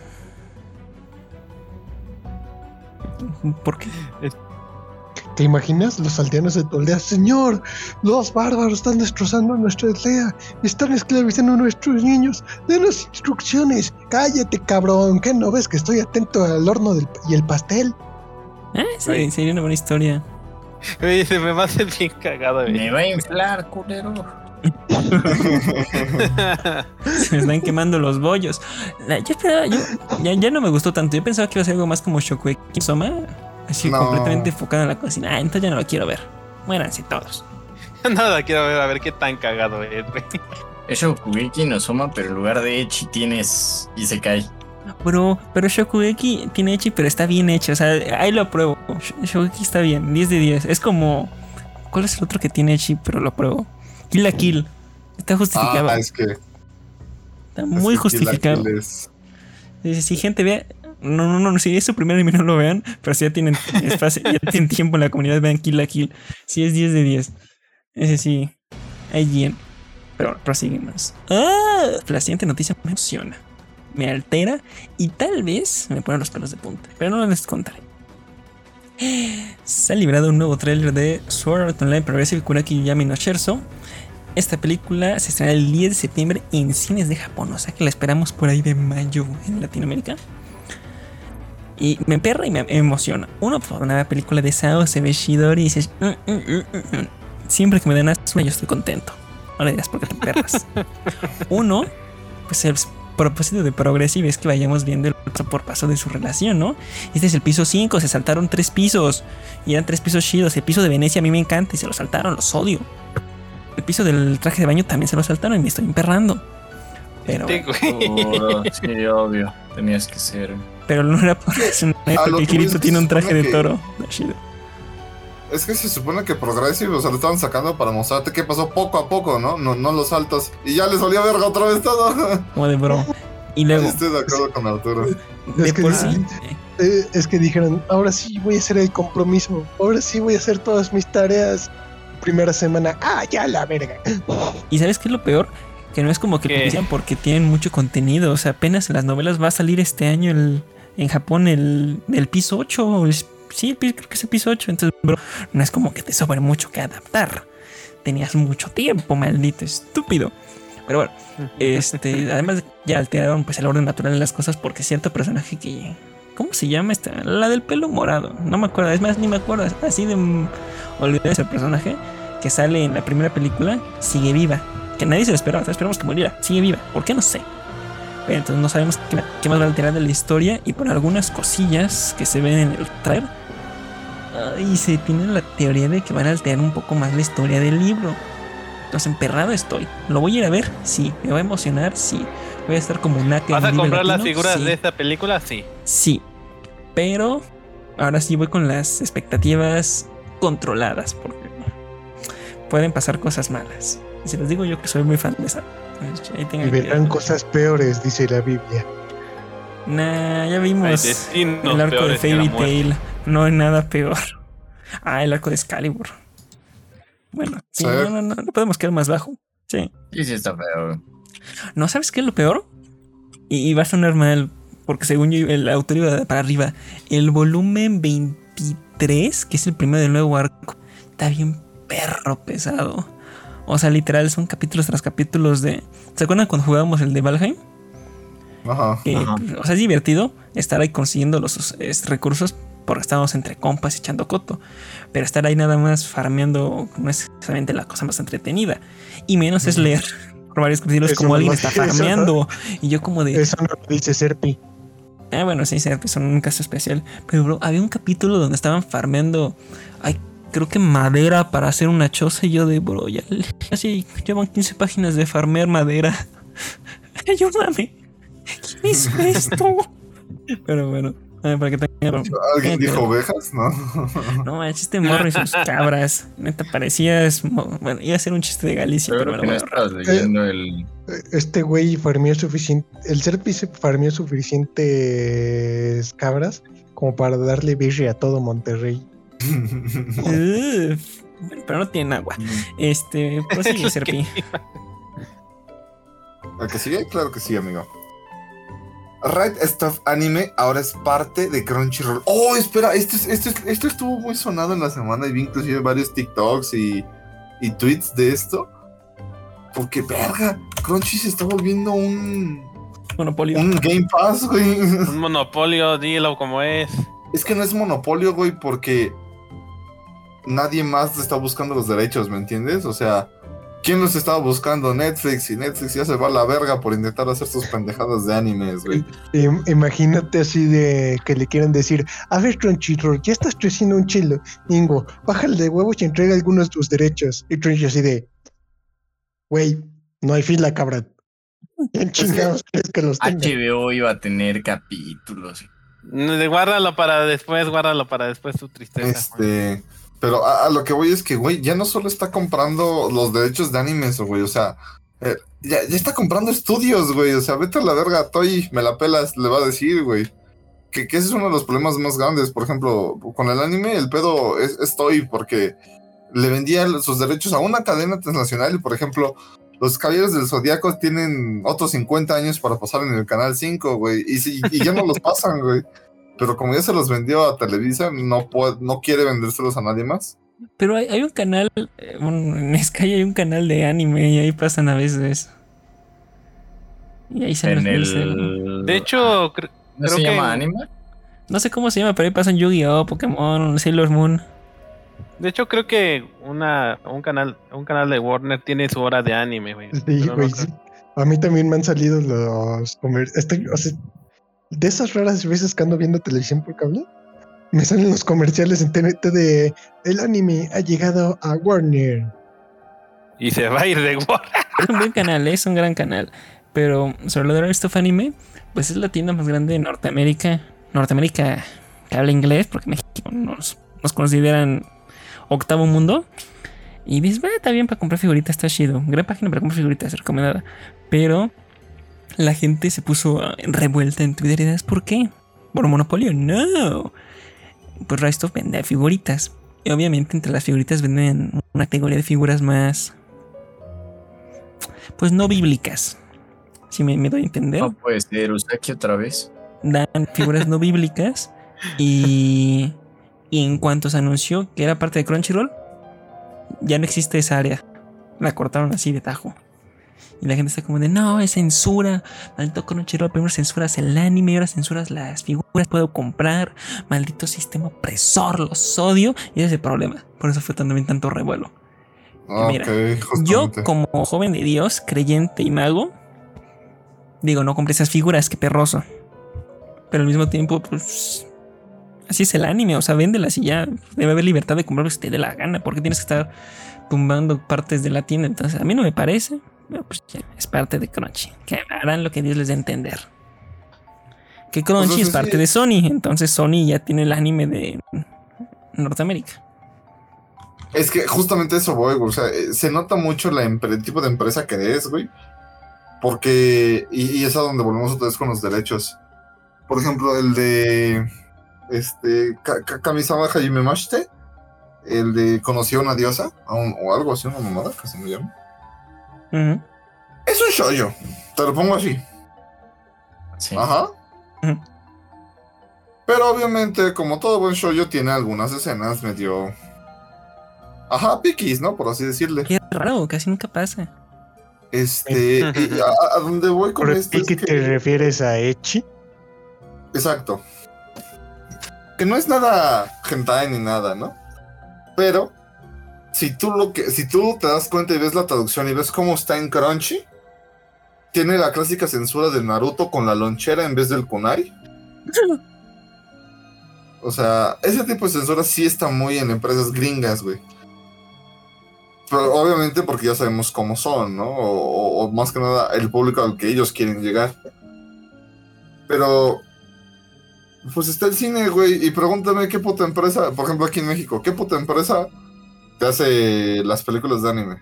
Speaker 2: ¿Por qué?
Speaker 4: ¿Te imaginas los aldeanos de tu aldea? Señor, los bárbaros están destrozando nuestra aldea. Están esclavizando a nuestros niños. Denos instrucciones. Cállate, cabrón. ¿Qué no ves que estoy atento al horno y el pastel?
Speaker 2: Sí, sería una buena historia.
Speaker 3: Oye, se me va a hacer bien cagado, güey.
Speaker 1: Me va a inflar, culero.
Speaker 2: Se me están quemando los bollos. Yo esperaba, ya no me gustó tanto. Yo pensaba que iba a ser algo más como Shokugeki Soma. Así
Speaker 5: No.
Speaker 2: completamente enfocado en la cocina. Entonces ya no lo quiero ver. Muéranse todos.
Speaker 3: Nada, quiero ver a ver qué tan cagado es, güey.
Speaker 1: Es Shokugeki no Soma, pero en lugar de Echi tienes Isekai.
Speaker 2: Pero Shokugeki tiene Echi, pero está bien hecho. O sea, ahí lo apruebo. Shokugeki está bien, 10 de 10. Es como... ¿Cuál es el otro que tiene Echi, pero lo apruebo? Kill la Kill. Está justificado.
Speaker 5: Es que
Speaker 2: Está muy justificado. Si gente vea, no, si es su primer anime no lo vean, pero si ya tienen espacio, ya tienen tiempo en la comunidad, vean Kill la Kill. Sí es 10 de 10. Ese sí, IGN. Pero proseguimos. La siguiente noticia me emociona, me altera y tal vez me pone los pelos de punta, pero no les contaré. Se ha liberado un nuevo tráiler de Sword Art Online Progressive Kuraki Yami no Sherso. Esta película se estrenará el 10 de septiembre en cines de Japón, o sea que la esperamos por ahí de mayo en Latinoamérica. Y me emperra y me emociona. Uno, por una película de Sao Sebeshidori y dices, siempre que me dan asma yo estoy contento. Ahora dirás por qué te emperras. Uno, pues el propósito de Progressive es que vayamos viendo el paso por paso de su relación, ¿no? Este es el piso 5, se saltaron 3 pisos. Y eran 3 pisos chidos. El piso de Venecia a mí me encanta y se lo saltaron, los odio. El piso del traje de baño también se lo saltaron y me estoy emperrando. Pero...
Speaker 1: sí, obvio. Tenías que ser...
Speaker 2: Pero no era por eso, porque Kirito tiene un traje de toro.
Speaker 5: Es que se supone que Progressive, o sea, lo estaban sacando para mostrarte qué pasó poco a poco, ¿no? No los saltos. Y ya les valía verga otra vez todo.
Speaker 2: Como de bro. Y luego...
Speaker 5: Estoy de acuerdo con Arturo.
Speaker 2: De por sí...
Speaker 4: Es que dijeron, ahora sí voy a hacer el compromiso. Ahora sí voy a hacer todas mis tareas. Primera semana, ya la verga.
Speaker 2: ¿Y sabes qué es lo peor? Que no es como que piensan porque tienen mucho contenido. O sea, apenas en las novelas va a salir este año en Japón el piso 8. Sí, creo que es el piso 8. Entonces, bro, no es como que te sobre mucho que adaptar. Tenías mucho tiempo, maldito estúpido. Pero bueno, además ya alteraron pues el orden natural de las cosas porque cierto personaje que... ¿Cómo se llama esta? La del pelo morado. No me acuerdo, es más, ni me acuerdo. Así de olvidé ese personaje que sale en la primera película. Sigue viva. Que nadie se lo esperaba. Esperamos que muriera. Sigue viva. ¿Por qué? No sé. Pero entonces no sabemos qué más va a alterar de la historia. Y por algunas cosillas que se ven en el trailer. Y se tiene la teoría de que van a alterar un poco más la historia del libro. Entonces emperrado estoy. ¿Lo voy a ir a ver? Sí. ¿Me va a emocionar? Sí. Voy a estar como Naka.
Speaker 3: ¿Vas a comprar las figuras de esta película? Sí.
Speaker 2: Sí. Pero ahora sí voy con las expectativas controladas. Porque pueden pasar cosas malas. Y se los digo yo que soy muy fan de esa.
Speaker 4: Y verán cosas peores, dice la Biblia.
Speaker 2: Nah, ya vimos el arco de Fairy Tail. No hay nada peor. El arco de Excalibur. Bueno, sí, no podemos quedar más bajo. Sí.
Speaker 1: Sí, está feo.
Speaker 2: ¿No sabes qué es lo peor? Y va a sonar mal, porque según yo, el autor iba para arriba. El volumen 23, que es el primero del nuevo arco, está bien perro pesado. O sea, literal, son capítulos tras capítulos de... ¿Se acuerdan cuando jugábamos el de Valheim?
Speaker 5: Ajá.
Speaker 2: O sea, es divertido estar ahí consiguiendo los recursos porque estábamos entre compas echando coto. Pero estar ahí nada más farmeando no es exactamente la cosa más entretenida. Y menos es leer por varios capítulos como alguien está farmeando. Y yo como de...
Speaker 4: Eso no lo dice Serpi.
Speaker 2: Bueno, sí, Serpi son un caso especial. Pero, bro, había un capítulo donde estaban farmeando... creo que madera para hacer una choza. Y yo de, bro, ya así llevan 15 páginas de farmear madera. Ayúdame. ¿Quién hizo esto? Pero bueno, para que tengan...
Speaker 5: ¿Alguien dijo ovejas?
Speaker 2: No, el chiste morro y sus cabras. Neta, parecías... Bueno, iba a ser un chiste de Galicia, pero
Speaker 1: que no estabas leyendo el...
Speaker 4: Este güey farmeó suficiente... El Serpi se farmeó suficientes cabras como para darle birria a todo Monterrey.
Speaker 2: Pero no tienen agua. Pues sí, Serpi.
Speaker 5: ¿A que sigue? Claro que sí, amigo. Right Stuff Anime ahora es parte de Crunchyroll. Oh, espera, esto estuvo muy sonado en la semana y vi inclusive varios TikToks y tweets de esto. Porque, verga, Crunchy se está volviendo un
Speaker 2: monopolio.
Speaker 5: Un Game Pass, güey.
Speaker 3: Un monopolio, dilo como es.
Speaker 5: Es que no es monopolio, güey, porque nadie más está buscando los derechos, ¿me entiendes? O sea, ¿quién los estaba buscando? Netflix, y Netflix ya se va a la verga por intentar hacer sus pendejadas de animes, güey.
Speaker 4: Imagínate así de que le quieran decir, a ver, Crunchyroll, ya estás creciendo un chilo, Ingo, bájale de huevos y entrega algunos de tus derechos. Y Crunchy así de, güey, no hay fila, cabrón. ¿Quién chingados crees que los tenga?
Speaker 1: HBO iba a tener capítulos.
Speaker 3: Guárdalo para después tu tristeza.
Speaker 5: Pero a lo que voy es que, güey, ya no solo está comprando los derechos de animes, güey, o sea, ya está comprando estudios, güey. O sea, vete a la verga, Toy, me la pelas, le va a decir, güey. Que ese es uno de los problemas más grandes. Por ejemplo, con el anime, el pedo es Toy, porque le vendía sus derechos a una cadena transnacional y, por ejemplo, los Caballeros del Zodíaco tienen otros 50 años para pasar en el Canal 5, güey, y ya no los pasan, güey. Pero como ya se los vendió a Televisa, no quiere vendérselos a nadie más.
Speaker 2: Pero hay un canal, en Sky hay un canal de anime y ahí pasan a veces. Y ahí se los
Speaker 1: En
Speaker 2: dice.
Speaker 1: el...
Speaker 3: De hecho,
Speaker 1: ¿No
Speaker 3: creo
Speaker 1: se
Speaker 3: que
Speaker 1: llama anime?
Speaker 2: No sé cómo se llama, pero ahí pasan Yu-Gi-Oh, Pokémon, Sailor Moon.
Speaker 3: de hecho creo que un canal de Warner tiene su hora de anime, güey.
Speaker 4: Sí,
Speaker 3: Pero no
Speaker 4: güey,
Speaker 3: creo-
Speaker 4: sí. A mí también me han salido los comerciales. O sea, de esas raras veces que ando viendo televisión por cable, me salen los comerciales en TNT de el anime ha llegado a Warner.
Speaker 3: Y se va a ir de Warner.
Speaker 2: Es un buen canal, es un gran canal. Pero sobre lo de Rest of Anime, pues es la tienda más grande de Norteamérica. Norteamérica que habla inglés, porque México nos consideran octavo mundo. Y dices, está bien para comprar figuritas, está chido. Gran página para comprar figuritas, recomendada. Pero la gente se puso revuelta en Twitter y ¿sabes por qué? ¿Por monopolio? No. Pues Rise of vende figuritas. Y obviamente entre las figuritas venden una categoría de figuras más, pues no bíblicas. Si me doy a entender.
Speaker 1: No puede ser, Usaki otra vez.
Speaker 2: Dan figuras no bíblicas. Y en cuanto se anunció que era parte de Crunchyroll, ya no existe esa área. La cortaron así de tajo. Y la gente está como de, no, es censura. Maldito Crunchyroll, primero censuras el anime y ahora censuras las figuras. Puedo comprar. Maldito sistema opresor, los odio. Y ese es el problema. Por eso fue también tanto revuelo. Mira, yo como joven de Dios, creyente y mago, digo, no compré esas figuras, qué perroso. Pero al mismo tiempo, pues así es el anime, o sea, véndelas y ya. Debe haber libertad de comprar lo que te dé la gana. ¿Por qué tienes que estar tumbando partes de la tienda? Entonces, a mí no me parece. Pero pues ya, es parte de Crunchy. Que harán lo que Dios les dé a entender. Que Crunchy es parte de Sony. Entonces Sony ya tiene el anime de Norteamérica.
Speaker 5: Es que justamente eso voy, güey. O sea, se nota mucho el tipo de empresa que es, güey. Porque, y es a donde volvemos otra vez con los derechos. Por ejemplo, el de Kamisama Hajime Mashite, el de Conoció a una diosa, o algo así, una mamada, que se me llama.
Speaker 2: Uh-huh.
Speaker 5: Es un shoujo, te lo pongo así.
Speaker 1: Sí.
Speaker 5: Ajá.
Speaker 2: Uh-huh.
Speaker 5: Pero obviamente, como todo buen shoujo, tiene algunas escenas medio... Ajá, piquis, ¿no? Por así decirle.
Speaker 2: Qué raro, casi nunca pasa.
Speaker 5: Y a donde voy con
Speaker 4: ¿Por
Speaker 5: esto
Speaker 4: qué
Speaker 5: es que...
Speaker 4: te refieres a Echi?
Speaker 5: Exacto. Que no es nada hentai ni nada, ¿no? Pero si tú te das cuenta y ves la traducción y ves cómo está en Crunchy, tiene la clásica censura de Naruto con la lonchera en vez del kunai. O sea, ese tipo de censura sí está muy en empresas gringas, güey. Pero obviamente porque ya sabemos cómo son, ¿no? O más que nada el público al que ellos quieren llegar. Pero pues está el cine, güey, y pregúntame qué puta empresa, por ejemplo aquí en México, ¿qué puta empresa te hace las películas de anime?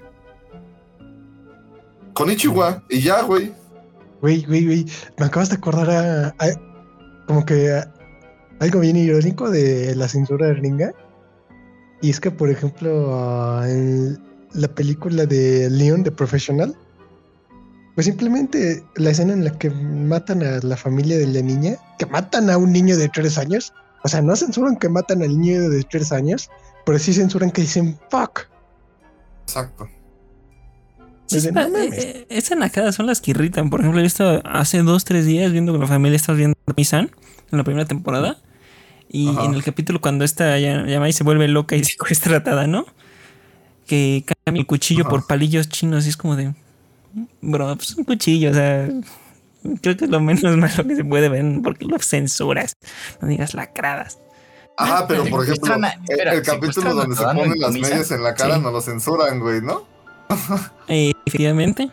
Speaker 5: Konichiwa, y ya, güey.
Speaker 4: Güey, me acabas de acordar como que algo bien irónico de la censura de Ringa. Y es que, por ejemplo, en la película de Leon, The Professional, pues simplemente la escena en la que matan a la familia de la niña, que matan a un niño de 3 años, o sea, no censuran que matan al niño de 3 años, pero sí censuran que dicen fuck.
Speaker 5: Exacto.
Speaker 2: Sí, esas nacadas son las que irritan. Por ejemplo, yo estaba hace 2-3 días viendo con la familia, estás viendo Misan en la primera temporada. Y ajá, en el capítulo cuando esta Yamai se vuelve loca y secuestra a Tadano, que cambia el cuchillo ajá, por palillos chinos, y es como de... Bro, pues un cuchillo, o sea... Creo que es lo menos malo que se puede ver, porque lo censuras. No digas lacradas.
Speaker 5: Ajá, pero por ejemplo, el capítulo donde se ponen las medias en la cara, sí, no lo censuran, güey, ¿no?
Speaker 2: Efectivamente.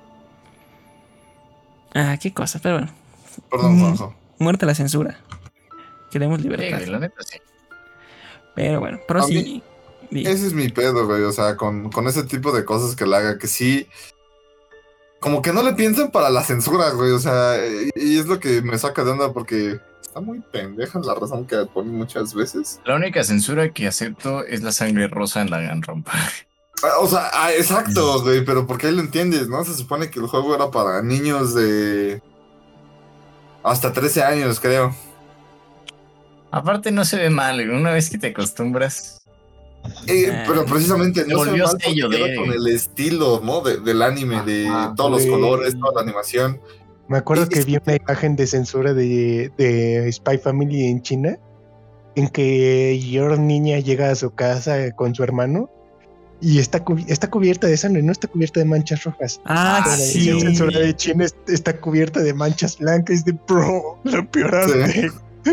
Speaker 2: Ah, qué cosa, pero bueno.
Speaker 5: Perdón, Juanjo.
Speaker 2: Muerte a la censura. Queremos libertad.
Speaker 1: Sí, la neta, sí.
Speaker 2: Pero bueno, pero sí.
Speaker 5: Ese es mi pedo, güey. O sea, con ese tipo de cosas que le haga, que sí. como que no le piensan para la censura, güey. O sea, y es lo que me saca de onda porque está muy pendeja la razón que ponen muchas veces.
Speaker 1: La única censura que acepto es la sangre rosa en la Danganronpa.
Speaker 5: O sea, exacto, güey, pero porque ahí lo entiendes, ¿no? Se supone que el juego era para niños de hasta 13 años, creo.
Speaker 1: Aparte no se ve mal, güey, una vez que te acostumbras.
Speaker 5: Pero precisamente
Speaker 1: Se
Speaker 5: no se ve
Speaker 1: volvió
Speaker 5: mal
Speaker 1: sello
Speaker 5: porque
Speaker 1: de-
Speaker 5: era con el estilo, ¿no? Del anime, de
Speaker 1: Ajá,
Speaker 5: todos los
Speaker 4: güey.
Speaker 5: colores, toda la animación.
Speaker 4: Me acuerdo
Speaker 5: Es
Speaker 4: que vi
Speaker 5: que-
Speaker 4: una imagen de censura de Spy Family en China, en que Yor niña llega a su casa con su hermano y está cubierta de sangre, no está cubierta de manchas rojas.
Speaker 2: Ah,
Speaker 4: Pero la
Speaker 2: sí.
Speaker 4: edición censura de China está cubierta de manchas blancas. De bro, lo empeoraste.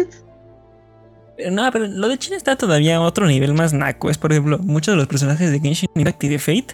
Speaker 2: No, pero lo de China está todavía a otro nivel más naco. Es, por ejemplo, muchos de los personajes de Genshin Impact y de Fate,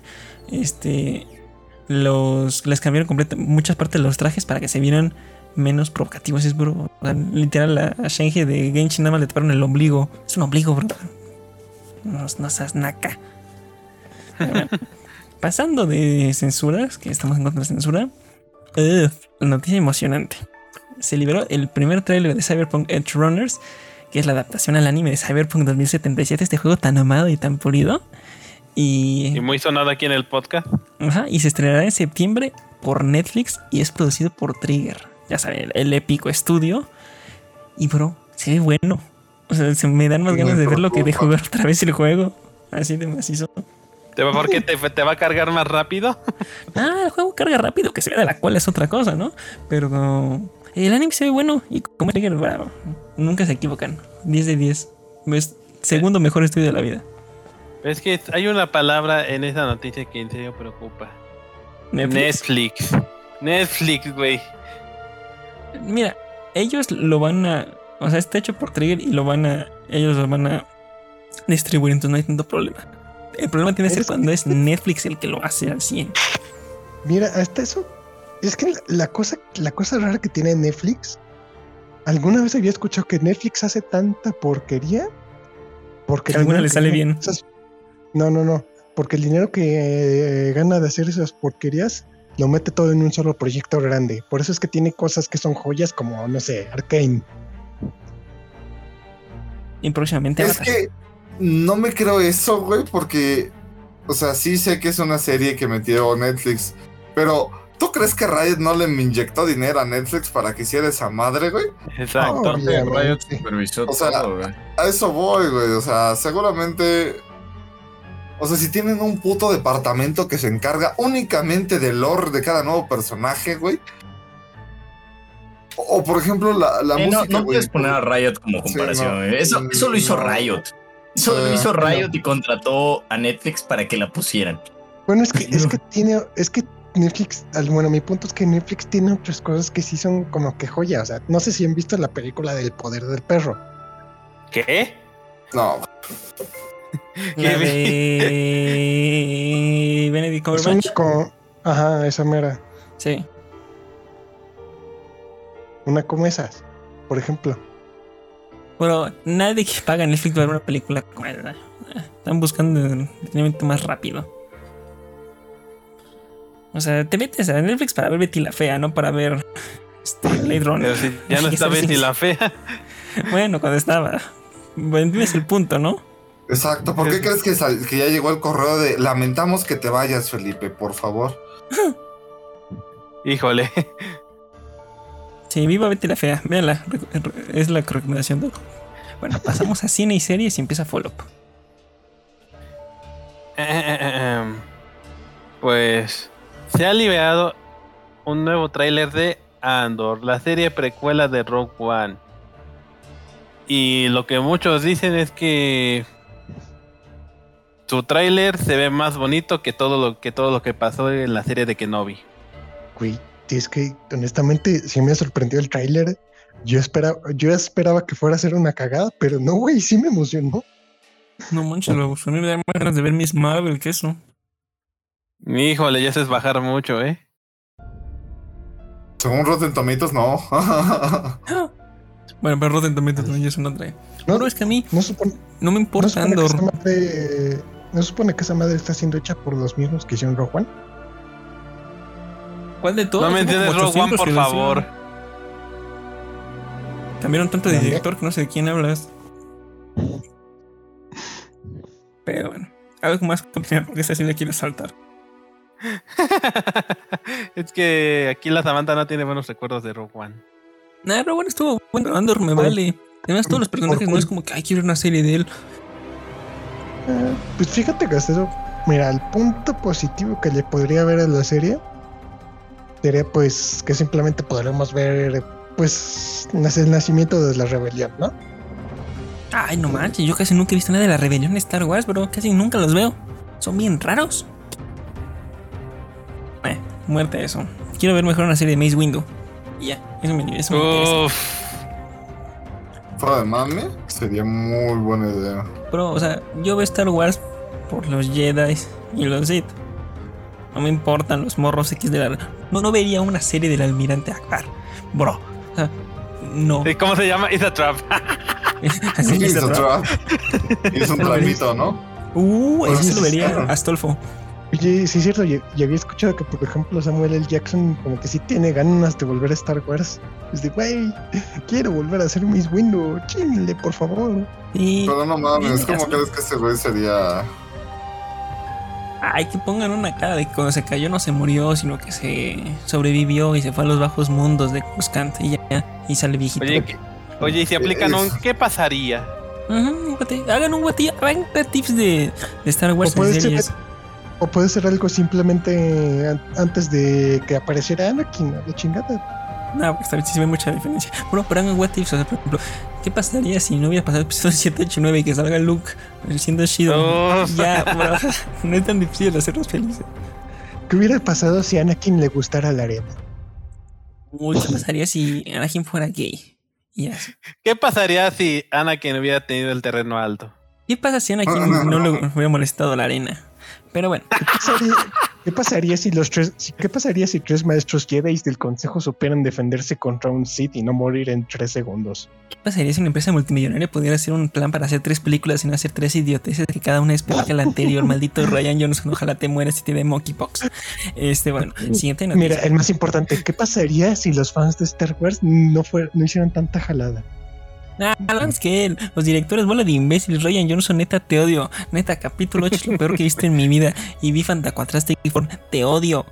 Speaker 2: les cambiaron muchas partes de los trajes para que se vieran menos provocativos. Es, bro, o sea, literal, a Shenhe de Genshin nada más le taparon el ombligo. Es un ombligo, bro. No seas naca. Bueno, pasando de censuras, que estamos en contra de censura, noticia emocionante. Se liberó el primer tráiler de Cyberpunk Edge Runners, que es la adaptación al anime de Cyberpunk 2077, este juego tan amado y tan pulido.
Speaker 3: Y muy sonado aquí en el podcast.
Speaker 2: Ajá, y se estrenará en septiembre por Netflix y es producido por Trigger. Ya saben, el épico estudio. Y bro, se ve bueno. O sea, se me dan más ganas de verlo que de jugar otra vez el juego. Así de macizo.
Speaker 3: ¿Por qué te va a cargar más rápido?
Speaker 2: El juego carga rápido, que se ve de la cual es otra cosa, ¿no? Pero el anime se ve bueno y como Trigger, bueno, nunca se equivocan. 10 de 10. Es segundo mejor estudio de la vida.
Speaker 3: Es que hay una palabra en esa noticia que en serio preocupa. Netflix, güey.
Speaker 2: Mira, ellos lo van a... O sea, está hecho por Trigger y ellos lo van a distribuir, entonces no hay tanto problema. El problema tiene que ser cuando es Netflix el que lo hace al 100.
Speaker 4: Mira, hasta eso. Es que la cosa rara que tiene Netflix. ¿Alguna vez había escuchado que Netflix hace tanta porquería? Porque
Speaker 2: Que a alguna le sale bien.
Speaker 4: No. Porque el dinero que gana de hacer esas porquerías lo mete todo en un solo proyecto grande. Por eso es que tiene cosas que son joyas como, no sé, Arcane.
Speaker 2: Y próximamente
Speaker 5: Es que no me creo eso, güey, porque, o sea, sí sé que es una serie que metió Netflix, pero ¿tú crees que Riot no le inyectó dinero a Netflix para que hiciera esa madre, güey?
Speaker 3: Exacto.
Speaker 4: Obviamente.
Speaker 1: Riot supervisó
Speaker 5: O sea,
Speaker 1: todo, güey.
Speaker 5: A eso voy, güey, o sea, seguramente... O sea, si tienen un puto departamento que se encarga únicamente del lore de cada nuevo personaje, güey. O por ejemplo, la música,
Speaker 1: no
Speaker 5: güey.
Speaker 1: puedes poner a Riot como
Speaker 5: Sí,
Speaker 1: comparación.
Speaker 5: no.
Speaker 1: Güey. Eso lo hizo
Speaker 5: No.
Speaker 1: Riot. Eso lo hizo Riot y contrató a Netflix para que la pusieran.
Speaker 4: Bueno, es que Netflix, bueno, mi punto es que Netflix tiene otras cosas que sí son como que joya. O sea, no sé si han visto la película del poder del perro.
Speaker 3: ¿Qué?
Speaker 5: No,
Speaker 2: la de Benedict Cumberbatch.
Speaker 4: Ajá, esa mera.
Speaker 2: Sí.
Speaker 4: Una como esas, por ejemplo.
Speaker 2: Pero nadie que paga Netflix para ver una película como esa. Están buscando entretenimiento más rápido. O sea, te metes a Netflix para ver Betty la Fea, no para ver Blade Runner.
Speaker 3: Pero si ya no está Betty la Fea.
Speaker 2: Bueno, cuando estaba. Bueno, es el punto, ¿no?
Speaker 5: exacto. ¿Por qué crees que ya llegó el correo de lamentamos que te vayas, Felipe, por favor?
Speaker 3: Híjole.
Speaker 2: Sí, viva Betty la Fea. Véanla. Es la recomendación de... Bueno, pasamos a cine y series y empieza Follow Up.
Speaker 3: Pues se ha liberado un nuevo tráiler de Andor, la serie precuela de Rogue One. Y lo que muchos dicen es que su tráiler se ve más bonito que todo lo que pasó en la serie de Kenobi.
Speaker 4: Güey, es que honestamente sí me sorprendió el tráiler. Yo esperaba que fuera a ser una cagada, pero no, güey, sí me emocionó.
Speaker 2: No manches, a mí me da más ganas de ver Miss Marvel que eso.
Speaker 3: Híjole, ya eso es bajar mucho, ¿eh?
Speaker 5: Según Rotten Tomatoes, no.
Speaker 2: Bueno, pero Rotten Tomatoes también es una trae.
Speaker 4: No,
Speaker 2: Pero es que a mí
Speaker 4: no supone,
Speaker 2: no me
Speaker 4: no
Speaker 2: importa
Speaker 4: supone que
Speaker 2: Andor.
Speaker 4: esa madre, no supone que esa madre está siendo hecha por los mismos que hicieron Rogue One.
Speaker 2: ¿Cuál de todos?
Speaker 3: No menciones Rogue One, por favor.
Speaker 2: Cambiaron tanto de director que no sé de quién hablas. Pero bueno, algo más continuar porque esta sí le quiero saltar.
Speaker 3: Es que aquí la Samantha no tiene buenos recuerdos de Rogue One.
Speaker 2: Nah, pero bueno, estuvo bueno. Andor me vale. Además, todos los personajes no es como que, ay, quiero una serie de él.
Speaker 4: Pues fíjate que hasta eso, mira, el punto positivo que le podría ver a la serie sería pues que simplemente podremos ver pues el nacimiento de la rebelión, ¿no?
Speaker 2: Ay, no manches, yo casi nunca he visto nada de la rebelión de Star Wars, bro. Casi nunca los veo. Son bien raros. Muerte eso. Quiero ver mejor una serie de Mace Windu. Y ya, eso me interesa.
Speaker 5: Fuera de mame, sería muy buena idea.
Speaker 2: Bro, o sea, yo veo Star Wars por los Jedi y los Sith. No me importan los morros X de la... No vería una serie del Almirante Akbar. Bro, o sea, no.
Speaker 3: ¿Cómo se llama? It's a Trap.
Speaker 2: Así
Speaker 5: Es un trap. Es un trapito, ¿no?
Speaker 2: Eso sí lo vería Astolfo.
Speaker 4: Oye, sí es cierto, y había escuchado que por ejemplo Samuel L. Jackson como que sí tiene ganas de volver a Star Wars. Es de, güey, quiero volver a ser Mace Windu, chínle, por favor.
Speaker 2: Sí.
Speaker 5: Pero no mames, ¿cómo crees que ese güey sería?
Speaker 2: Ay, que pongan una cara de que cuando se cayó no se murió, sino que se sobrevivió y se fue a los bajos mundos de Coruscant y ya, y sale viejito.
Speaker 3: Oye, y si aplican un ¿qué pasaría?
Speaker 2: Hagan un hagan tips de Star Wars en series.
Speaker 4: O puede ser algo simplemente antes de que apareciera Anakin, la chingada.
Speaker 2: No, porque esta sí se ve mucha diferencia. Bueno, pero hagan what ifs, o sea, por ejemplo, ¿qué pasaría si no hubiera pasado el episodio 7, 8, 9 y que salga Luke siendo Shido? Ya, bro, no es tan difícil hacerlos felices.
Speaker 4: ¿Qué hubiera pasado si a Anakin le gustara la arena?
Speaker 2: Uy, ¿qué pasaría si Anakin fuera gay? Yes.
Speaker 3: ¿Qué pasaría si Anakin hubiera tenido el terreno alto?
Speaker 2: ¿Qué pasa si Anakin no le hubiera molestado la arena? Pero bueno.
Speaker 4: ¿Qué pasaría si tres maestros Jedi del Consejo supieran defenderse contra un Sith y no morir en 3 segundos?
Speaker 2: ¿Qué pasaría si una empresa multimillonaria pudiera hacer un plan para hacer 3 películas y no hacer 3 idioteces que cada una es peor que la anterior? Maldito Ryan Johnson, ojalá te mueras si te dé monkeypox. Bueno, siguiente noticia.
Speaker 4: Mira, el más importante, ¿qué pasaría si los fans de Star Wars no hicieran tanta jalada?
Speaker 2: Es que los directores, bola de imbéciles. Ryan Johnson, neta, te odio. Neta, capítulo 8 es lo peor que he visto en mi vida. Y vi Fantacuatraste y te odio.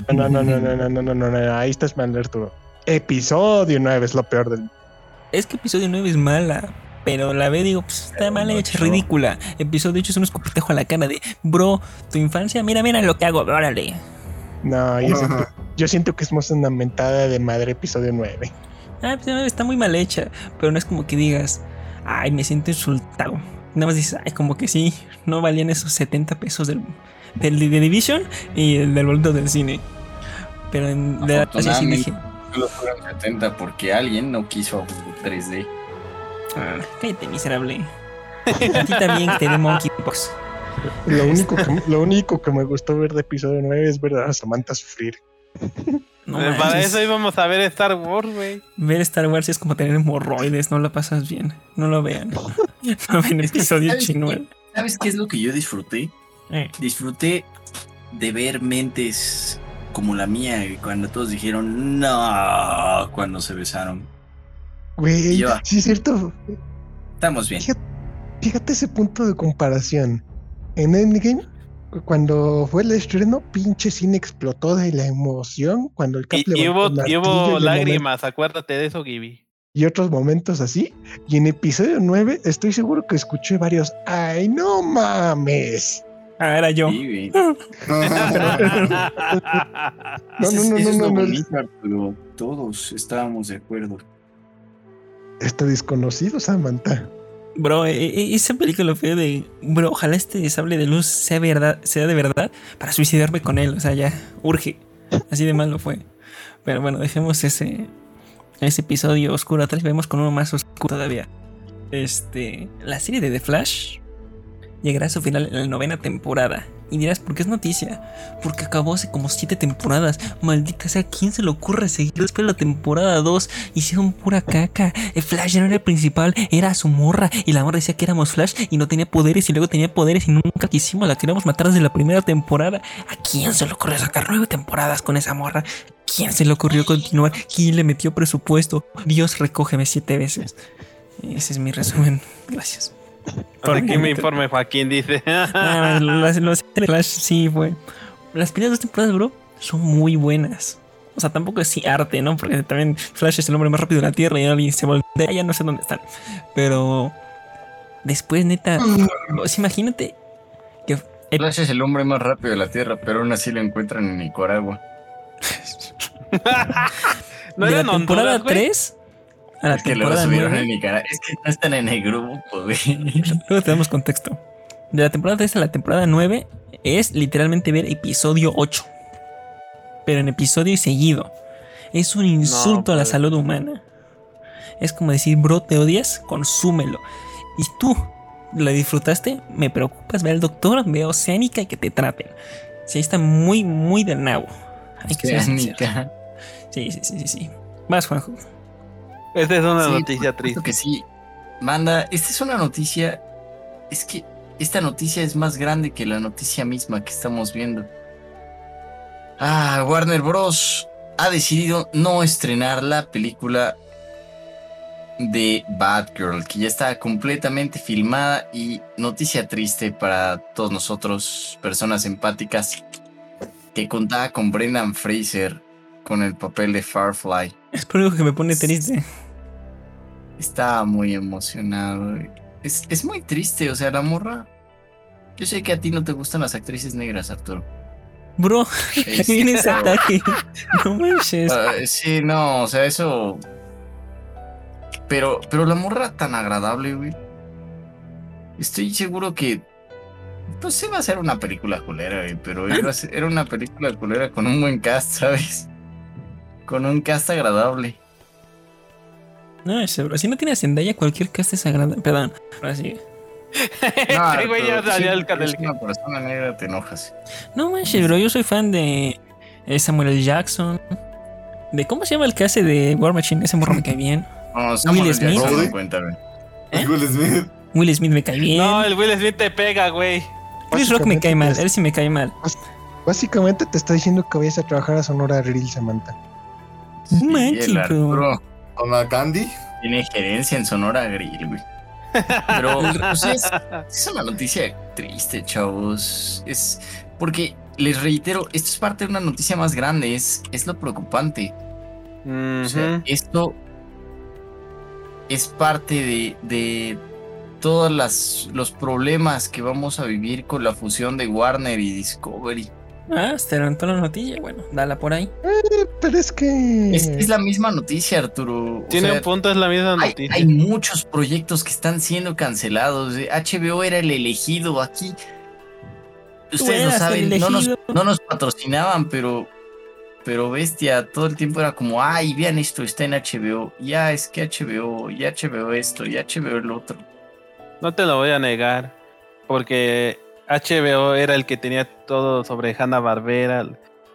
Speaker 4: No, ahí estás mal, Arturo. Episodio 9 es lo peor del...
Speaker 2: Es que episodio 9 es mala, pero la ve, digo, pues está mal hecha, ridícula. Episodio 8 es un escupitajo a la cara de, bro, tu infancia, mira lo que hago, órale.
Speaker 4: No, yo siento que es más una mentada de madre episodio 9.
Speaker 2: Está muy mal hecha, pero no es como que digas, ay, me siento insultado. Nada más dices, ay, como que sí, no valían esos 70 pesos del de Division y el del boleto del cine. Pero
Speaker 1: así dije, solo fueron 70 porque alguien no quiso 3D.
Speaker 2: Cállate, miserable. A ti también te dé monkeypox.
Speaker 4: Lo único que me gustó ver de episodio 9 es ver a Samantha sufrir.
Speaker 2: No
Speaker 3: para eso íbamos a ver Star Wars, güey.
Speaker 2: Ver Star Wars es como tener hemorroides, no la pasas bien. No lo vean. No ven episodio chino.
Speaker 1: ¿Sabes qué es lo que yo disfruté? Disfruté de ver mentes como la mía cuando todos dijeron no cuando se besaron.
Speaker 4: Güey, sí es cierto.
Speaker 1: Estamos bien.
Speaker 4: Fíjate ese punto de comparación. En Endgame, cuando fue el estreno, pinche cine explotó de la emoción cuando el Cap
Speaker 3: y hubo lágrimas, acuérdate de eso, Gibby.
Speaker 4: Y otros momentos así. Y en episodio 9 estoy seguro que escuché varios ¡ay, no mames!
Speaker 2: Era yo.
Speaker 1: Sí,
Speaker 4: no.
Speaker 1: Pero todos estábamos de acuerdo.
Speaker 4: Está desconocido, Samantha.
Speaker 2: Bro, esa película fue de... Bro, ojalá este sable de luz sea de verdad para suicidarme con él. O sea, ya, urge. Así de malo fue. Pero bueno, dejemos ese episodio oscuro atrás. Vemos con uno más oscuro todavía. La serie de The Flash llegará a su final en la 9ª temporada. Y dirás, ¿por qué es noticia? Porque acabó hace como 7 temporadas. Maldita sea, ¿quién se le ocurre seguir después de la temporada 2? Hicieron pura caca. El Flash ya no era el principal, era su morra. Y la morra decía que éramos Flash y no tenía poderes. Y luego tenía poderes y nunca quisimos. La queríamos matar desde la primera temporada. ¿A quién se le ocurre sacar 9 temporadas con esa morra? ¿Quién se le ocurrió continuar? ¿Quién le metió presupuesto? Dios, recógeme 7 veces. Ese es mi resumen. Gracias.
Speaker 3: Aquí me informe Joaquín, dice.
Speaker 2: Los Flash sí, fue. Las primeras 2 temporadas, bro, son muy buenas. O sea, tampoco es arte, ¿no? Porque también Flash es el hombre más rápido de la Tierra y alguien se voltea. Ya no sé dónde están. Pero después, neta, pues, imagínate que
Speaker 1: Flash es el hombre más rápido de la Tierra, pero aún así lo encuentran en Nicaragua.
Speaker 3: ¿No
Speaker 2: de
Speaker 3: era
Speaker 2: la temporada 3 a la
Speaker 1: Es que luego
Speaker 2: temporada
Speaker 1: subieron
Speaker 2: 9.
Speaker 1: en Nicaragua. Es que no están en el grupo, güey.
Speaker 2: Luego te damos contexto. De la temporada 3 a la temporada 9 es literalmente ver episodio 8. Pero en episodio seguido. Es un insulto a la salud humana. Es como decir, bro, ¿te odias? Consúmelo. Y tú, ¿la disfrutaste? Me preocupas, ve al doctor, ve a Oceánica y que te traten. Sí, está muy, muy del nabo. Hay que ser sincero.
Speaker 1: Oceánica.
Speaker 2: Sí. Más, Juanjo.
Speaker 3: Esta es una
Speaker 1: Sí,
Speaker 3: noticia
Speaker 1: por
Speaker 3: triste.
Speaker 1: supuesto que sí. Manda, esta es una noticia. Es que esta noticia es más grande que la noticia misma que estamos viendo. Warner Bros. Ha decidido no estrenar la película de Batgirl, que ya está completamente filmada, y noticia triste para todos nosotros, personas empáticas, que contaba con Brendan Fraser con el papel de Firefly.
Speaker 2: Es por algo que me pone triste.
Speaker 1: Estaba muy emocionado. Es muy triste, o sea, la morra. Yo sé que a ti no te gustan las actrices negras, Arturo.
Speaker 2: Bro, ahí
Speaker 1: Es-
Speaker 2: viene ese ataque. No manches.
Speaker 1: Sí, no, o sea, eso. Pero la morra tan agradable, güey. Estoy seguro que. Pues sí va a ser una película culera, güey. Pero era una película culera con un buen cast, ¿sabes? Con un cast agradable.
Speaker 2: No, ese, bro. Si no tienes Zendaya, cualquier cast es agradable. Perdón, ahora sí.
Speaker 3: Este güey ya
Speaker 1: Arturo,
Speaker 3: salió
Speaker 1: si
Speaker 3: al canal.
Speaker 1: eres una persona negra, te enojas.
Speaker 2: No manches, bro. Yo soy fan de Samuel L. Jackson. De ¿cómo se llama el que hace de War Machine? Ese morro me cae bien.
Speaker 1: No, Samuel
Speaker 2: Will Smith.
Speaker 1: Jackson, no cuenta, güey.
Speaker 5: Will Smith.
Speaker 2: Will Smith me cae bien.
Speaker 3: No, el Will Smith te pega, güey.
Speaker 2: Chris Rock me cae mal.
Speaker 4: Básicamente,
Speaker 2: Él sí me cae mal.
Speaker 4: Básicamente te está diciendo que vayas a trabajar a Sonora Grill, Samantha.
Speaker 2: No manches,
Speaker 1: el
Speaker 2: bro.
Speaker 1: Arturo
Speaker 5: Con la Candy.
Speaker 1: tiene gerencia en Sonora Grill, güey. Pero pues, es una noticia triste, chavos. Es porque, les reitero, esto es parte de una noticia más grande. Es lo preocupante. O sea, esto es parte de todos los problemas que vamos a vivir con la fusión de Warner y Discovery.
Speaker 2: Ah, se levantó la noticia. Bueno, dala por ahí.
Speaker 4: Pero es que...
Speaker 1: Es la misma noticia, Arturo. O
Speaker 3: Tiene
Speaker 1: sea,
Speaker 3: un punto, es la misma noticia.
Speaker 1: hay muchos proyectos que están siendo cancelados. HBO era el elegido aquí. Ustedes lo
Speaker 2: eras el
Speaker 1: saben,
Speaker 2: elegido.
Speaker 1: no nos patrocinaban, pero bestia, todo el tiempo era como, ay, vean esto, está en HBO. Ya, es que HBO, y HBO esto, y HBO el otro.
Speaker 3: No te lo voy a negar, porque HBO era el que tenía todo sobre Hanna-Barbera,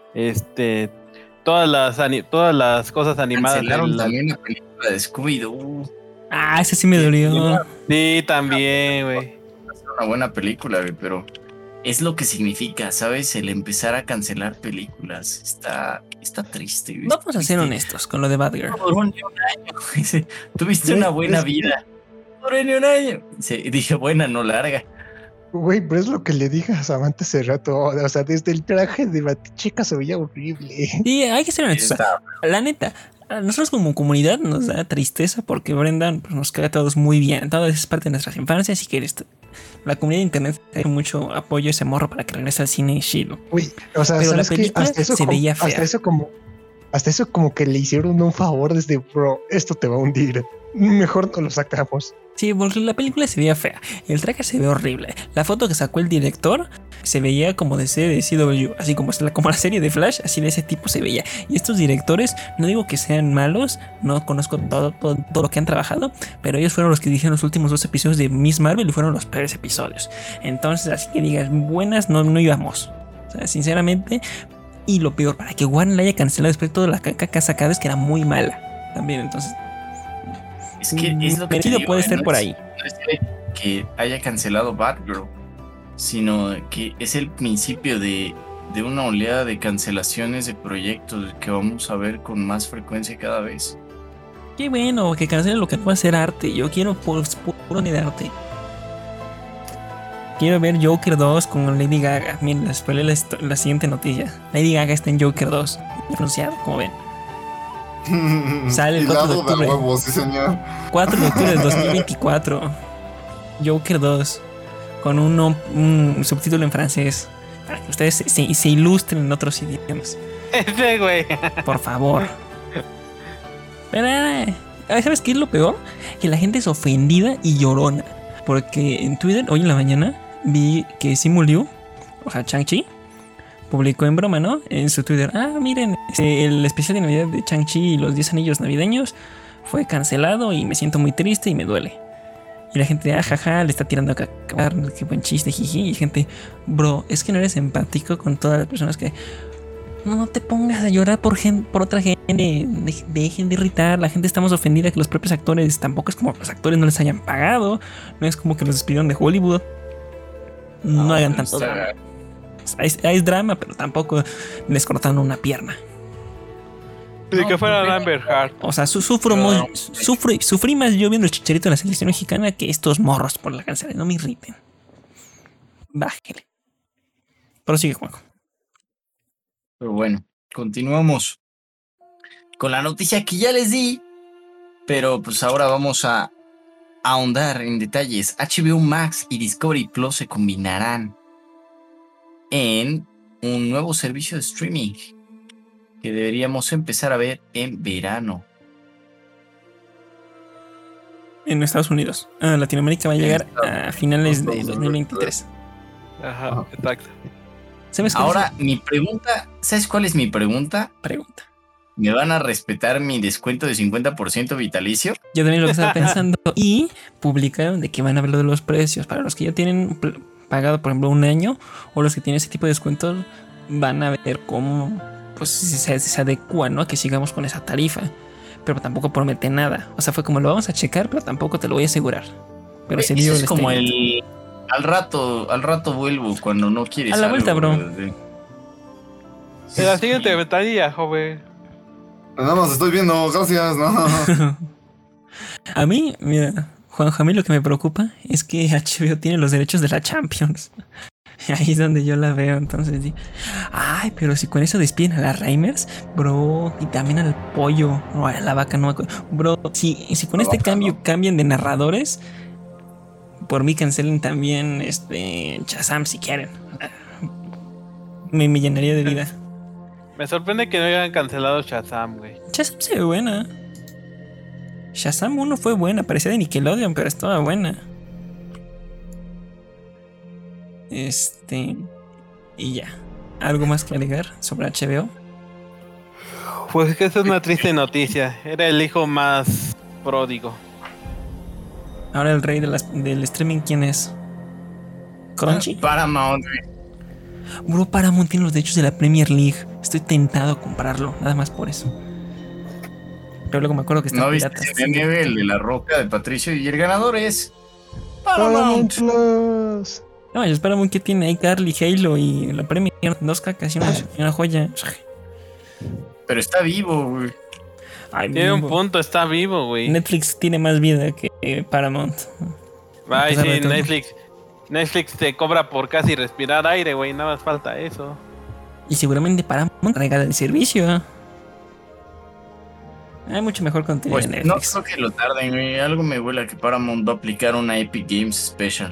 Speaker 3: todas las cosas animadas.
Speaker 1: Cancelaron también la película de Scooby-Doo.
Speaker 2: Ah, ese sí me dolió.
Speaker 3: Sí, también, güey.
Speaker 1: Es una buena película, güey, pero es lo que significa, ¿sabes? El empezar a cancelar películas. Está triste, güey.
Speaker 2: Vamos a ser honestos con lo de Batgirl.
Speaker 1: No duró ni un año, güey. Tuviste una buena vida. No duró ni un año. Sí, dije, buena, no larga.
Speaker 4: Güey, pero es lo que le dije a Samantha hace rato. O sea, desde el traje de Batichica se veía horrible.
Speaker 2: Sí, hay que ser honestos. La neta, a nosotros como comunidad nos da tristeza porque Brendan pues, nos cae a todos muy bien. Todo es parte de nuestras infancias y que la comunidad de internet tiene mucho apoyo a ese morro para que regrese al cine chido.
Speaker 4: Güey, o sea,
Speaker 2: Pero la
Speaker 4: ¿sabes qué?
Speaker 2: película se veía fea.
Speaker 4: Hasta eso como que le hicieron un favor desde, bro, esto te va a hundir. Mejor no lo sacamos.
Speaker 2: Sí, porque la película se veía fea. El traje se ve horrible. La foto que sacó el director se veía como de CW, así como la serie de Flash, así de ese tipo se veía. Y estos directores, no digo que sean malos, no conozco todo lo que han trabajado, pero ellos fueron los que dirigieron los últimos 2 episodios de Miss Marvel y fueron los peores episodios. Entonces, así que digas, buenas no íbamos. O sea, sinceramente, y lo peor, para que Warner la haya cancelado después de toda la caca sacada es que era muy mala. También, entonces...
Speaker 1: Es que es lo que te
Speaker 2: merecido
Speaker 1: digo,
Speaker 2: puede estar
Speaker 1: no
Speaker 2: por
Speaker 1: es-
Speaker 2: ahí.
Speaker 1: No es que haya cancelado Batgirl, sino que es el principio de de una oleada de cancelaciones de proyectos que vamos a ver con más frecuencia cada vez.
Speaker 2: Qué bueno, que cancelen lo que no va a ser arte. Yo quiero puro de arte. Quiero ver Joker 2 con Lady Gaga. Miren, les spoilé la siguiente noticia. Lady Gaga está en Joker 2. Anunciado, como ven. Sale el 4 de
Speaker 5: Hilado de
Speaker 2: octubre.
Speaker 5: huevos, sí, señor.
Speaker 2: 4 de octubre del 2024. Joker 2. Con un subtítulo en francés. Para que ustedes se ilustren en otros idiomas.
Speaker 3: Ese, güey.
Speaker 2: Por favor. Pero, ¿sabes qué es lo peor? Que la gente es ofendida y llorona. Porque en Twitter, hoy en la mañana, vi que Simu Liu, o sea, Shang-Chi, publicó en broma, ¿no? En su Twitter. Miren, el especial de Navidad de Shang-Chi y los 10 anillos navideños fue cancelado y me siento muy triste y me duele. Y la gente, jaja, le está tirando a cagar, qué buen chiste, jiji. Y gente, bro, es que no eres empático con todas las personas que... No te pongas a llorar por otra gente. Dejen de irritar. La gente estamos ofendida que los propios actores. Tampoco es como que los actores no les hayan pagado. No es como que los despidieron de Hollywood. No hagan tanto drama. Es drama, pero tampoco les cortaron una pierna.
Speaker 3: De que fuera Amber Heard.
Speaker 2: O sea, sufrí más yo viendo el Chicharito en la selección mexicana que estos morros por la cancela. No me irriten. Bájele. Prosigue, Juanjo.
Speaker 1: Pero bueno, continuamos con la noticia que ya les di, pero pues ahora vamos a ahondar en detalles. HBO Max y Discovery Plus se combinarán en un nuevo servicio de streaming que deberíamos empezar a ver en verano.
Speaker 2: En Estados Unidos. Latinoamérica va a llegar a finales de 2023.
Speaker 3: Ajá, exacto.
Speaker 2: ¿Sabes
Speaker 1: ahora, mi pregunta, ¿sabes cuál es mi pregunta?
Speaker 2: Pregunta.
Speaker 1: ¿Me van a respetar mi descuento de 50% vitalicio?
Speaker 2: Yo también lo estaba pensando. Y publicaron de que van a ver lo de los precios. Para los que ya tienen pagado, por ejemplo, un año, o los que tienen ese tipo de descuentos, van a ver cómo pues se adecua, ¿no? A que sigamos con esa tarifa. Pero tampoco promete nada. O sea, fue como lo vamos a checar, pero tampoco te lo voy a asegurar. Pero se dio
Speaker 1: es como el... Al rato vuelvo cuando no quieres.
Speaker 2: A la vuelta, bro.
Speaker 3: En la siguiente ventanilla, joven.
Speaker 5: Nada más estoy viendo, gracias, no.
Speaker 2: A mí, mira, Juanjo, a mí lo que me preocupa es que HBO tiene los derechos de la Champions. Ahí es donde yo la veo, entonces sí. Ay, pero si con eso despiden a las Reimers, bro, y también al pollo, o a la vaca, no, bro, si con este cambio cambian de narradores, por mí cancelen también Shazam si quieren. Me llenaría de vida.
Speaker 3: Me sorprende que no hayan cancelado Shazam, güey.
Speaker 2: Shazam se ve buena. Shazam 1 fue buena, parecía de Nickelodeon, pero estaba buena. Y ya. ¿Algo más que agregar sobre HBO?
Speaker 3: Pues es que esa es una triste noticia. Era el hijo más pródigo.
Speaker 2: Ahora el rey del streaming, ¿quién es? ¿Crunchy?
Speaker 1: Paramount.
Speaker 2: Bro, Paramount tiene los derechos de la Premier League. Estoy tentado a comprarlo, nada más por eso. Pero luego me acuerdo que están
Speaker 1: ¿No viste
Speaker 2: piratas.
Speaker 1: el meme, el de la roca de Patricio? Y el ganador es
Speaker 4: Paramount
Speaker 1: Paramount.
Speaker 4: Plus.
Speaker 2: No, yo Paramount que tiene ahí Carly, Halo y la Premier. Dos cacas y una joya.
Speaker 1: Pero está vivo, güey.
Speaker 2: Ay,
Speaker 3: Tiene un
Speaker 2: vivo.
Speaker 3: punto, está vivo, güey.
Speaker 2: Netflix tiene más vida que Paramount.
Speaker 3: Ay,
Speaker 2: A pesar de
Speaker 3: sí,
Speaker 2: todo.
Speaker 3: Netflix te cobra por casi respirar aire, güey. Nada más falta eso.
Speaker 2: Y seguramente Paramount regala el servicio. Hay mucho mejor contenido
Speaker 1: Pues
Speaker 2: en
Speaker 1: no
Speaker 2: Netflix.
Speaker 1: creo que lo tarden, güey. Algo me huele a que Paramount va a aplicar una Epic Games Special.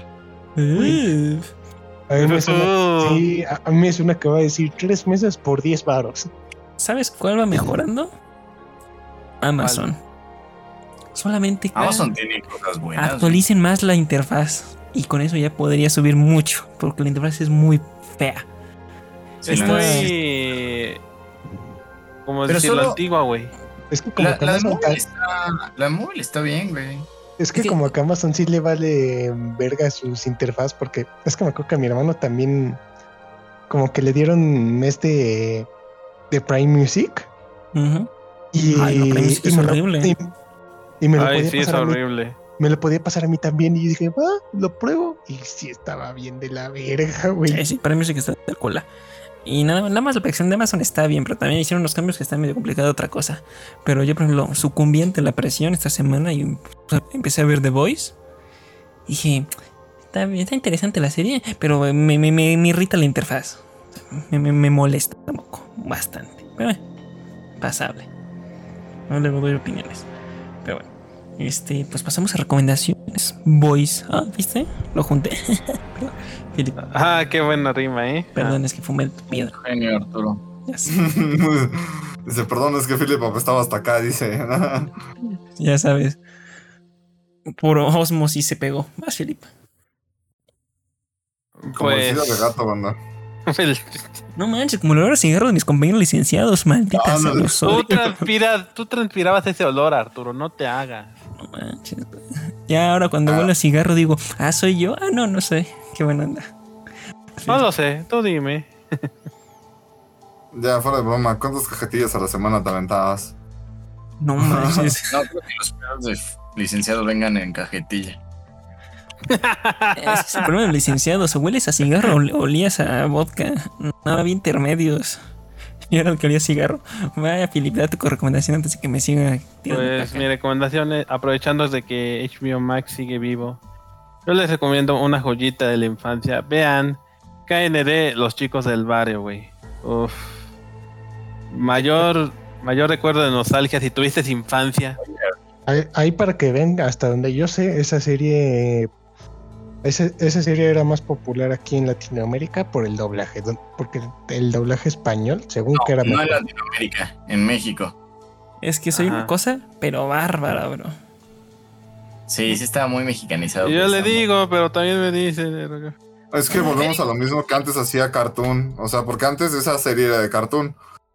Speaker 4: A mí me suena, sí, a mí me suena que va a decir 3 meses por 10 baros.
Speaker 2: ¿Sabes cuál va mejorando? Amazon. Solamente que
Speaker 1: Amazon tiene cosas buenas.
Speaker 2: actualicen más la interfaz. Y con eso ya podría subir mucho. Porque la interfaz es muy fea.
Speaker 1: Sí,
Speaker 3: Es
Speaker 1: la-
Speaker 3: muy... Como
Speaker 1: Pero
Speaker 3: decir, la
Speaker 1: solo-
Speaker 3: antigua, güey.
Speaker 4: Es que como que
Speaker 1: La
Speaker 4: Amazon,
Speaker 1: móvil está bien, güey.
Speaker 4: es que como que a Amazon sí le vale verga sus interfaz, porque es que me acuerdo que a mi hermano también como que le dieron de Prime Music
Speaker 2: Ujú.
Speaker 4: y,
Speaker 2: Ay, no, Prime Music es
Speaker 4: me lo-
Speaker 2: horrible.
Speaker 4: y me lo
Speaker 3: Ay,
Speaker 4: podía
Speaker 3: sí, es
Speaker 4: pasar a mí.
Speaker 3: horrible.
Speaker 4: Me lo podía pasar a mí también y dije, va, lo pruebo. Y sí estaba bien de la verga, güey.
Speaker 2: Sí, para mí sí que está de cola. Y nada más la aplicación de Amazon está bien, pero también hicieron unos cambios que están medio complicado otra cosa. Pero yo, por ejemplo, sucumbí ante la presión esta semana y empecé a ver The Voice. Y dije, está interesante la serie, pero me irrita la interfaz. Me molesta un poco, bastante. Pero pasable. No le doy opiniones. Pero bueno. Pues pasamos a recomendaciones. Voice. Ah, ¿viste? Lo junté. Philip.
Speaker 3: Qué buena rima,
Speaker 2: Perdón, es que fumé el piedra.
Speaker 1: Genio, Arturo.
Speaker 2: Ya sé.
Speaker 5: Dice, perdón, es que Philip estaba hasta acá, dice.
Speaker 2: Ya sabes. Por osmosis se pegó. Vas, Philip.
Speaker 5: Como el
Speaker 3: Pues.
Speaker 5: cigarro de gato, banda.
Speaker 2: No manches, como el olor a cigarro de mis compañeros licenciados, maldita sea,
Speaker 5: Ándale.
Speaker 2: los odio.
Speaker 3: Tú transpirabas ese olor, Arturo, no te hagas.
Speaker 2: No manches. Ya ahora cuando huelo a cigarro digo, ¿soy yo? No sé. Qué buena onda.
Speaker 3: No lo sé, tú dime.
Speaker 5: Ya, fuera de broma, ¿cuántas cajetillas a la semana te aventabas?
Speaker 2: No manches.
Speaker 1: No creo que los pedos de licenciados vengan en cajetilla.
Speaker 2: Ese es el problema de los licenciados. O hueles a cigarro o olías a vodka. No había intermedios. Yo era el que olía a cigarro. Vaya, Philip, da tu recomendación antes de que me siga tirando
Speaker 3: Pues
Speaker 2: caca.
Speaker 3: mi recomendación es, aprovechando de que HBO Max sigue vivo, yo les recomiendo una joyita de la infancia. Vean KND, los chicos del barrio, güey. Uf. Mayor recuerdo de nostalgia si tuviste infancia.
Speaker 4: Ahí para que ven, hasta donde yo sé, esa serie era más popular aquí en Latinoamérica por el doblaje, porque el doblaje español, según que era
Speaker 1: No en
Speaker 4: mejor.
Speaker 1: Latinoamérica, en México.
Speaker 2: Es que soy
Speaker 3: Ajá.
Speaker 2: una cosa, pero bárbara, bro.
Speaker 1: Sí, estaba muy mexicanizado.
Speaker 3: Y yo
Speaker 1: pues,
Speaker 3: le
Speaker 1: estaba-
Speaker 3: digo, pero también me dicen.
Speaker 5: Es que volvemos a lo mismo que antes hacía Cartoon. O sea, porque antes esa serie era de Cartoon.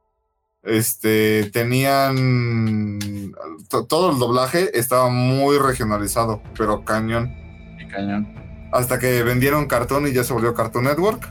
Speaker 5: Tenían... todo el doblaje estaba muy regionalizado, pero cañón.
Speaker 1: Qué cañón.
Speaker 5: Hasta que vendieron Cartoon y ya se volvió Cartoon Network.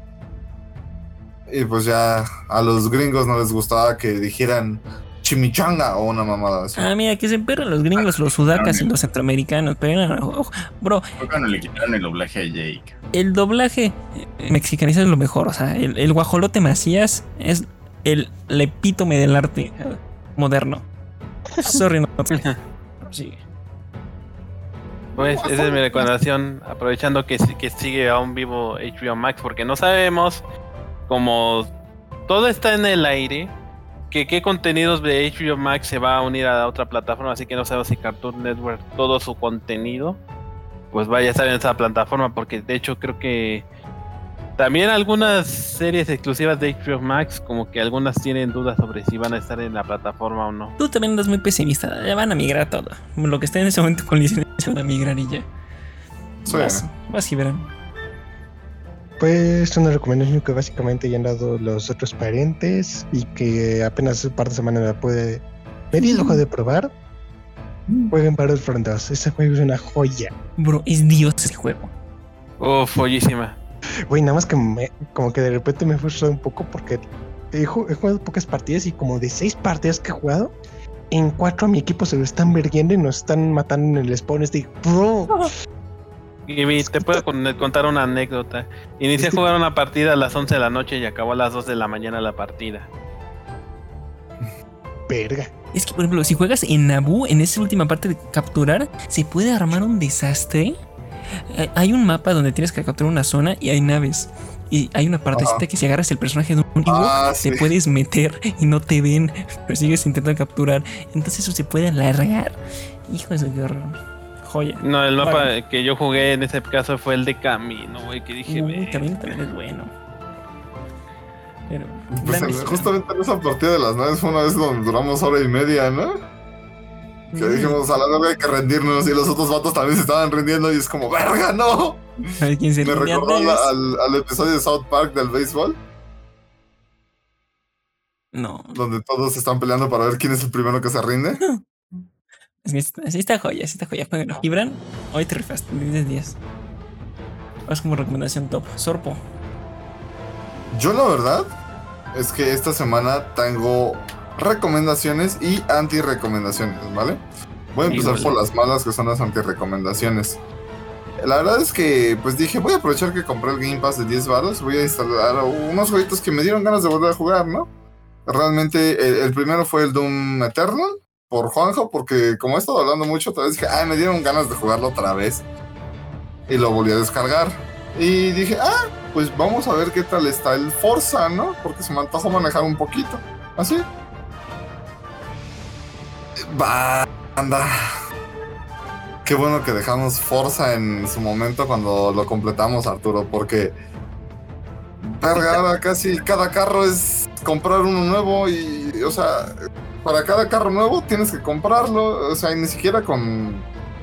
Speaker 5: Y pues ya a los gringos no les gustaba que dijeran chimichanga o una mamada así.
Speaker 2: Mira, que se emperran los gringos, los sudacas y los centroamericanos. Pero bro,
Speaker 1: Fue cuando le quitaron el doblaje a Jake.
Speaker 2: el doblaje mexicanizado es lo mejor. O sea, el guajolote Macías es el epítome del arte moderno. Sorry, no. Sí.
Speaker 3: Pues esa es mi recomendación, aprovechando que sigue aún vivo HBO Max, porque no sabemos, como todo está en el aire, que qué contenidos de HBO Max se va a unir a la otra plataforma, así que no sabemos si Cartoon Network, todo su contenido, pues vaya a estar en esa plataforma, porque de hecho creo que también algunas series exclusivas de HBO Max, como que algunas tienen dudas sobre si van a estar en la plataforma o no.
Speaker 2: Tú también andas muy pesimista. Ya van a migrar todo. Lo que está en ese momento con licencia van a migrar y ya.
Speaker 5: Sí.
Speaker 2: Vas y verán.
Speaker 4: Pues una recomendación que básicamente ya han dado los otros parentes y que apenas un par de semanas la puede medio ojo de probar. Jueguen Battlefront 2. Ese juego es una joya.
Speaker 2: Bro, es Dios ese juego.
Speaker 3: Follísima.
Speaker 4: Güey, nada más que como que de repente me he frustrado un poco porque he jugado pocas partidas y como de 6 partidas que he jugado, en 4 a mi equipo se lo están verguiendo y nos están matando en el spawn. Bro,
Speaker 3: Y te puedo contar una anécdota. Inicié a jugar una partida a las 11 de la noche y acabó a las 2 de la mañana la partida.
Speaker 4: verga.
Speaker 2: Es que, por ejemplo, si juegas en Naboo, en esa última parte de capturar, se puede armar un desastre. Hay un mapa donde tienes que capturar una zona y hay naves. Y hay una partecita que si agarras el personaje de un Ewok,
Speaker 5: sí.
Speaker 2: te puedes meter y no te ven, pero sigues intentando capturar. Entonces eso se puede alargar. Hijo de qué horror. Joya.
Speaker 3: No, el mapa
Speaker 2: Vale.
Speaker 3: que yo jugué en ese caso fue el de Camino, güey, que dije, "Ve".
Speaker 2: Camino también es bueno. Pero
Speaker 5: Pues
Speaker 2: gran decisión.
Speaker 5: justamente en esa partida de las naves fue una vez donde duramos 1:30, ¿no? Que dijimos, a la verga hay que rendirnos, y los otros vatos también se estaban rindiendo, y es como, ¡verga, no!
Speaker 2: A ver quién se
Speaker 5: Me
Speaker 2: rinde
Speaker 5: recordó
Speaker 2: antes.
Speaker 5: al episodio de South Park del béisbol,
Speaker 2: No,
Speaker 5: donde todos están peleando para ver quién es el primero que se rinde.
Speaker 2: es que sí está joya, sí está joya. Jueguenlo. Gibran, hoy te rifaste, 10 días. Vas como recomendación top. Sorpo.
Speaker 5: Yo la verdad es que esta semana tengo recomendaciones y anti-recomendaciones, ¿vale? Voy a empezar
Speaker 3: Híjole.
Speaker 5: por las malas, que son las anti-recomendaciones. La verdad es que pues dije, voy a aprovechar que compré el Game Pass de 10 varos, voy a instalar unos jueguitos que me dieron ganas de volver a jugar, ¿no? Realmente el primero fue el Doom Eternal por Juanjo, porque como he estado hablando mucho otra vez, dije, me dieron ganas de jugarlo otra vez. Y lo volví a descargar. Y dije, pues vamos a ver qué tal está el Forza, ¿no? Porque se me antojó manejar un poquito. Así. Banda. Qué bueno que dejamos Forza en su momento cuando lo completamos, Arturo, porque verga, ahora casi cada carro es comprar uno nuevo y, o sea, para cada carro nuevo tienes que comprarlo, o sea, y ni siquiera con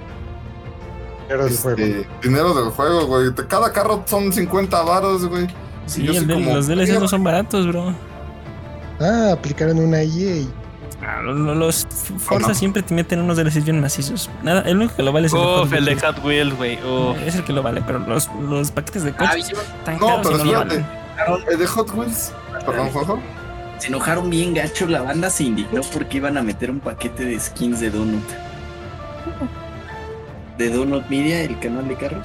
Speaker 5: dinero del juego, güey. Cada carro son 50 varos, güey.
Speaker 2: Sí, los DLC no son baratos, bro.
Speaker 4: Aplicaron una EA.
Speaker 2: Los Forza siempre te meten unos DLCs bien macizos. Nada, el único que lo vale es
Speaker 3: el de Hot Wheels, güey.
Speaker 2: Es el que lo vale, pero los paquetes de coches tan
Speaker 5: no,
Speaker 2: caros
Speaker 5: pero
Speaker 2: no lo
Speaker 5: espérate.
Speaker 2: valen.
Speaker 5: El de Hot Wheels. Perdón, Juanjo.
Speaker 1: Se enojaron bien gacho, la banda se indignó porque iban a meter un paquete de skins de Donut. De Donut Media, el canal de carros.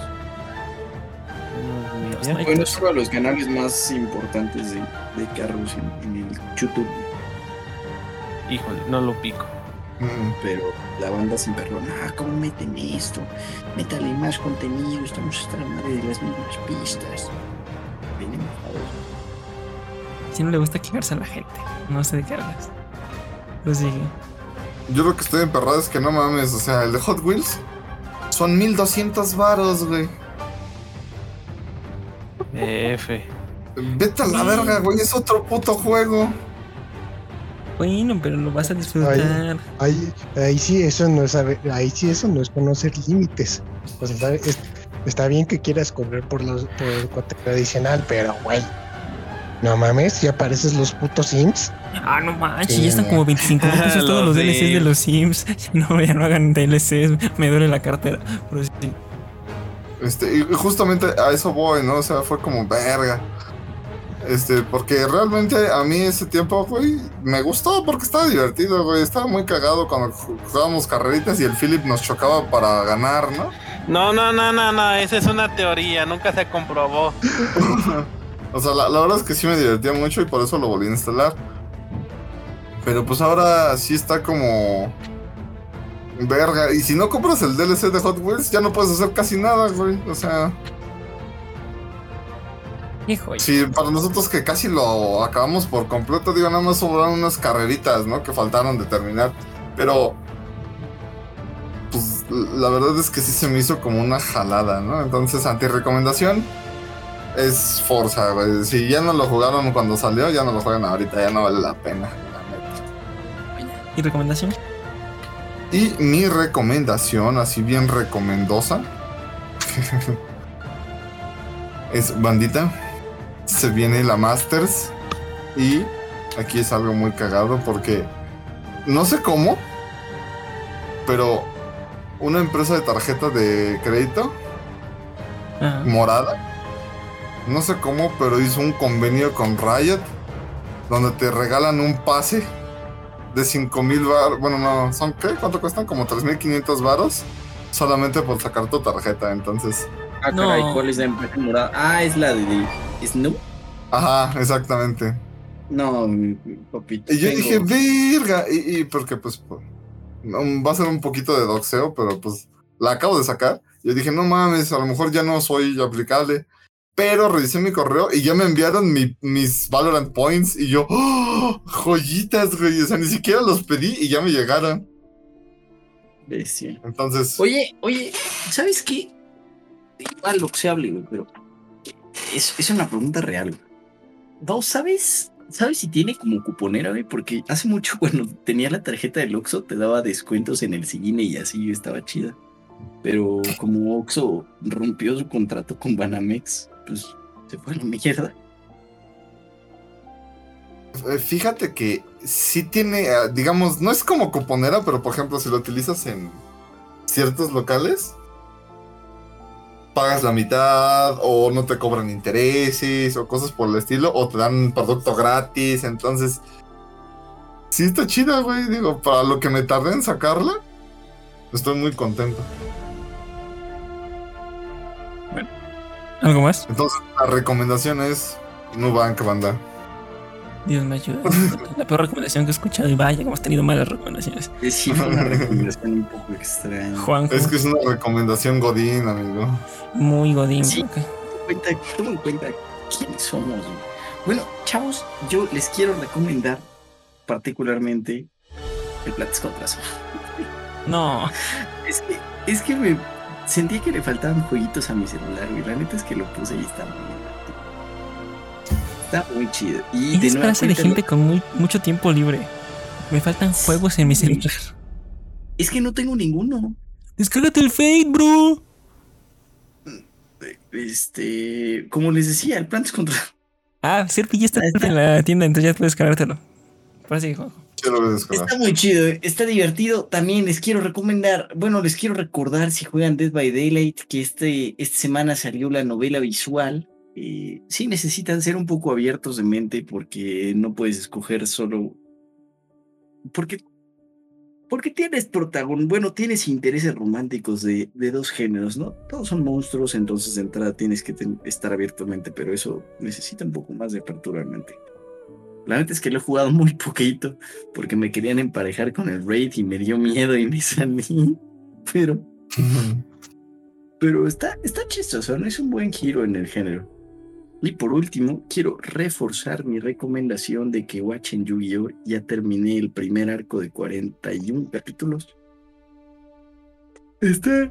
Speaker 1: Bueno, es uno de los canales más importantes de carros en el YouTube.
Speaker 3: Híjole, no lo pico.
Speaker 1: Pero la banda se emperró. ¿Cómo meten esto? Métale más contenido, estamos hasta la madre de las mismas pistas. Bien enojados.
Speaker 2: Si no le gusta quejarse a la gente, no sé de qué hablas. Pues sigue.
Speaker 5: Yo lo que estoy emperrado es que no mames, o sea, el de Hot Wheels son 1200 varos, güey. Vete a la verga, güey, es otro puto juego.
Speaker 2: Bueno, pero lo vas a disfrutar.
Speaker 4: Ahí sí, eso no es conocer límites. O sea, está bien que quieras cobrar por el contenido adicional, pero güey, no mames, ya apareces los putos Sims.
Speaker 2: No manches, ya están como 25 pesos todos los DLCs de los Sims. No, ya no hagan DLCs, me duele la cartera. Pero sí.
Speaker 5: Y justamente a eso voy, ¿no? O sea, fue como verga. Porque realmente a mí ese tiempo, güey, me gustó porque estaba divertido, güey. Estaba muy cagado cuando jugábamos carreritas y el Philip nos chocaba para ganar, ¿no?
Speaker 3: No, esa es una teoría, nunca se comprobó.
Speaker 5: O sea, la verdad es que sí me divertía mucho y por eso lo volví a instalar. Pero pues ahora sí está como verga. Y si no compras el DLC de Hot Wheels, ya no puedes hacer casi nada, güey. O sea...
Speaker 2: Hijo.
Speaker 5: Sí, para nosotros que casi lo acabamos por completo, digo, nada más sobraron unas carreritas, ¿no? Que faltaron de terminar. Pero, pues, la verdad es que sí se me hizo como una jalada, ¿no? Entonces, anti-recomendación es Forza, güey. Si ya no lo jugaron cuando salió, ya no lo juegan ahorita, ya no vale la pena, la neta.
Speaker 2: ¿Y recomendación?
Speaker 5: Y mi recomendación, así bien recomendosa, es bandita. Se viene la Masters y aquí es algo muy cagado porque no sé cómo, pero una empresa de tarjeta de crédito morada, no sé cómo, pero hizo un convenio con Riot donde te regalan un pase de 5,000 baros. Bueno, no, ¿son qué? ¿Cuánto cuestan? Como 3,500 varos solamente por sacar tu tarjeta, entonces...
Speaker 1: caray, ¿cuál es la empresa morada? Es la de Snoop.
Speaker 5: Ajá, exactamente.
Speaker 1: No, papito.
Speaker 5: Y yo dije, verga. Y porque, pues, va a ser un poquito de doxeo, pero pues la acabo de sacar. Yo dije, no mames, a lo mejor ya no soy aplicable. Pero revisé mi correo y ya me enviaron mis Valorant Points. Y yo, ¡oh! Joyitas, güey. O sea, ni siquiera los pedí y ya me llegaron.
Speaker 1: Bestia.
Speaker 5: Entonces.
Speaker 1: Oye, ¿sabes qué? Igual doxeable, güey, pero es una pregunta real, güey. ¿Vos sabes si tiene como cuponera, güey? Porque hace mucho, cuando tenía la tarjeta del Oxxo, te daba descuentos en el cine y así, estaba chida. Pero como Oxxo rompió su contrato con Banamex, pues se fue a la mierda.
Speaker 5: Fíjate que sí tiene, digamos, no es como cuponera, pero por ejemplo, si lo utilizas en ciertos locales, pagas la mitad o no te cobran intereses o cosas por el estilo, o te dan producto gratis. Entonces sí está chida, güey. Digo, para lo que me tardé en sacarla, estoy muy contento.
Speaker 2: ¿Algo más?
Speaker 5: Entonces, la recomendación es Nubank, banda.
Speaker 2: Dios me ayude. La peor recomendación que he escuchado. Y vaya, que hemos tenido malas recomendaciones.
Speaker 1: Sí, fue una recomendación un poco extraña.
Speaker 2: Juanjo,
Speaker 5: Es que es una recomendación Godín, amigo.
Speaker 2: muy godín.
Speaker 1: Sí.
Speaker 2: creo que-
Speaker 1: Toma en cuenta quiénes somos. Güey. Bueno, chavos, yo les quiero recomendar particularmente el Plantas contra Zombies.
Speaker 2: No,
Speaker 1: Es que me sentí que le faltaban jueguitos a mi celular, güey. La neta es que lo puse y está muy divertido. Está muy chido. Y de
Speaker 2: es
Speaker 1: nueva
Speaker 2: frase de
Speaker 1: cuenta,
Speaker 2: gente con mucho tiempo libre. Me faltan juegos en mi celular.
Speaker 1: es que no tengo ninguno.
Speaker 2: Descárgate el Fate, bro.
Speaker 1: Como les decía, el Plantas contra.
Speaker 2: Ah, Serpi ya está
Speaker 1: Ahí está.
Speaker 2: en la tienda, entonces ya puedes cargártelo. Por así, Juanjo.
Speaker 5: Quiero ver escolar.
Speaker 1: Está muy chido, está divertido. También les quiero recomendar, bueno, les quiero recordar si juegan Dead by Daylight, que esta semana salió la novela visual. Sí necesitan ser un poco abiertos de mente porque no puedes escoger solo. Porque tienes intereses románticos de dos géneros, ¿no? Todos son monstruos, entonces de entrada tienes que estar abierto de mente, pero eso necesita un poco más de apertura de mente. La neta es que lo he jugado muy poquito porque me querían emparejar con el raid y me dio miedo y me salí. Pero está chistoso, ¿no? Es un buen giro en el género. Y por último, quiero reforzar mi recomendación de que watchen Yu-Gi-Oh! Ya terminé el primer arco de 41 capítulos. Está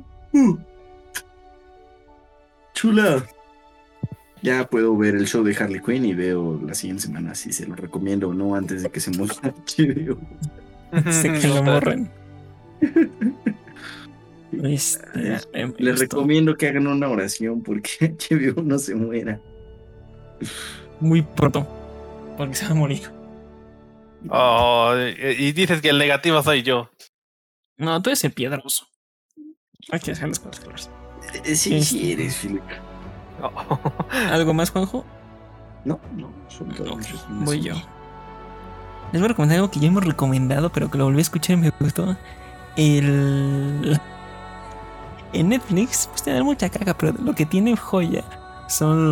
Speaker 1: chula. Ya puedo ver el show de Harley Quinn y veo la siguiente semana si se lo recomiendo o no antes de que se muera HBO.
Speaker 2: Sé que lo borren.
Speaker 1: Les recomiendo que hagan una oración porque HBO no se muera.
Speaker 2: Muy pronto. Porque se va a morir.
Speaker 3: Oh, y dices que el negativo soy yo.
Speaker 2: No, tú eres el piedroso. Hay que dejar las cosas claras.
Speaker 1: Sí eres, Philip.
Speaker 3: Oh.
Speaker 2: ¿Algo más, Juanjo?
Speaker 1: No, son todas
Speaker 2: Ok,
Speaker 1: mis
Speaker 2: voy yo.
Speaker 1: recomendaciones.
Speaker 2: Les voy a recomendar algo que ya hemos recomendado, pero que lo volví a escuchar y me gustó. En Netflix, pues tiene mucha caca, pero lo que tiene joya son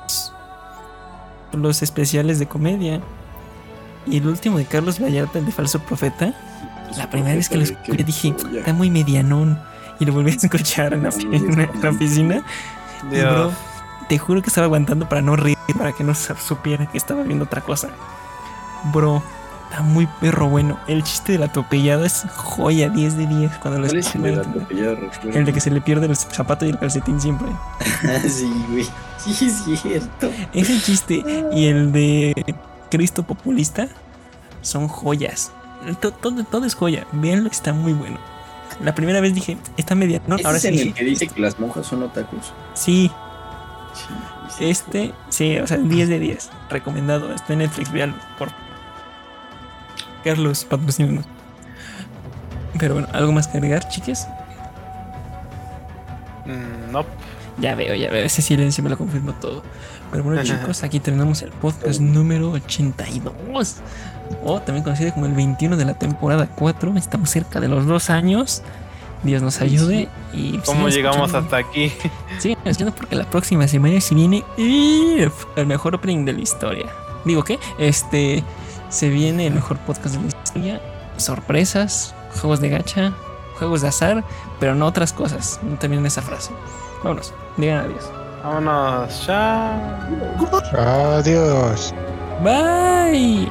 Speaker 2: los especiales de comedia. Y el último de Carlos Vallarta, el de Falso Profeta. La primera vez que lo escuché dije, está muy medianón. Y lo volví a escuchar en la oficina. Y bro, te juro que estaba aguantando para no reír, para que no supiera que estaba viendo otra cosa. Bro, está muy perro bueno. El chiste del atropellado es joya, 10 de 10 cuando lo escuché. El de que se le pierde el zapato y el calcetín siempre.
Speaker 1: Sí, güey. Sí, es cierto.
Speaker 2: Ese chiste y el de Cristo Populista son joyas. Todo es joya. Véanlo, está muy bueno. La primera vez dije, está media. No,
Speaker 1: ¿Ese
Speaker 2: ahora
Speaker 1: es
Speaker 2: sí.
Speaker 1: en el que dice que las monjas son otakus?
Speaker 2: Sí,
Speaker 1: Sí,
Speaker 2: sí, o sea, 10 de 10. Recomendado. Está en Netflix, véanlo. Por Carlos, patrocínanos. Pero bueno, ¿algo más que agregar, chiques?
Speaker 3: No.
Speaker 2: Ya veo, ese silencio me lo confirmó todo. Pero bueno, chicos, aquí tenemos el podcast número 82. O también conocido como el 21 de la temporada 4. Estamos cerca de los 2 años. Dios nos ayude. Y
Speaker 3: ¿Cómo llegamos
Speaker 2: escuchando.
Speaker 3: hasta aquí?
Speaker 2: Sigan escuchando porque la próxima semana se viene el mejor opening de la historia. Digo, ¿qué? Se viene el mejor podcast de la historia. Sorpresas, juegos de gacha, juegos de azar, pero no otras cosas. No terminen esa frase. Vámonos, digan adiós.
Speaker 3: Vámonos, chao.
Speaker 4: Adiós.
Speaker 2: Bye.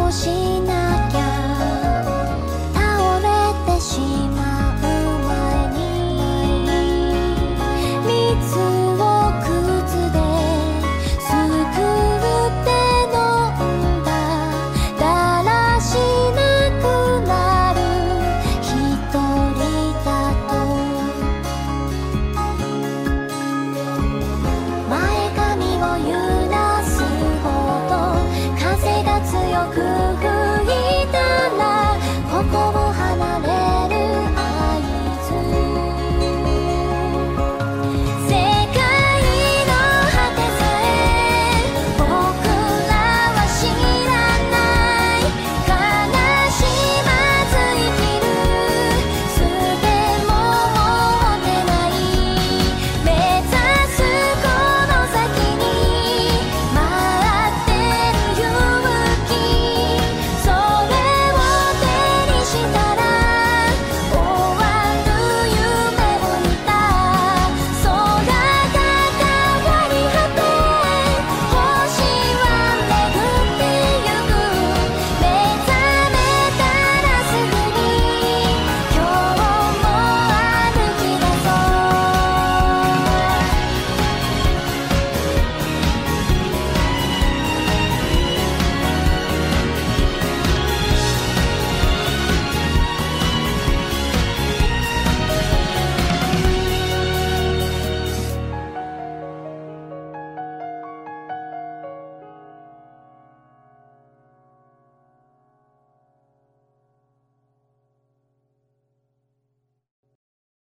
Speaker 6: しい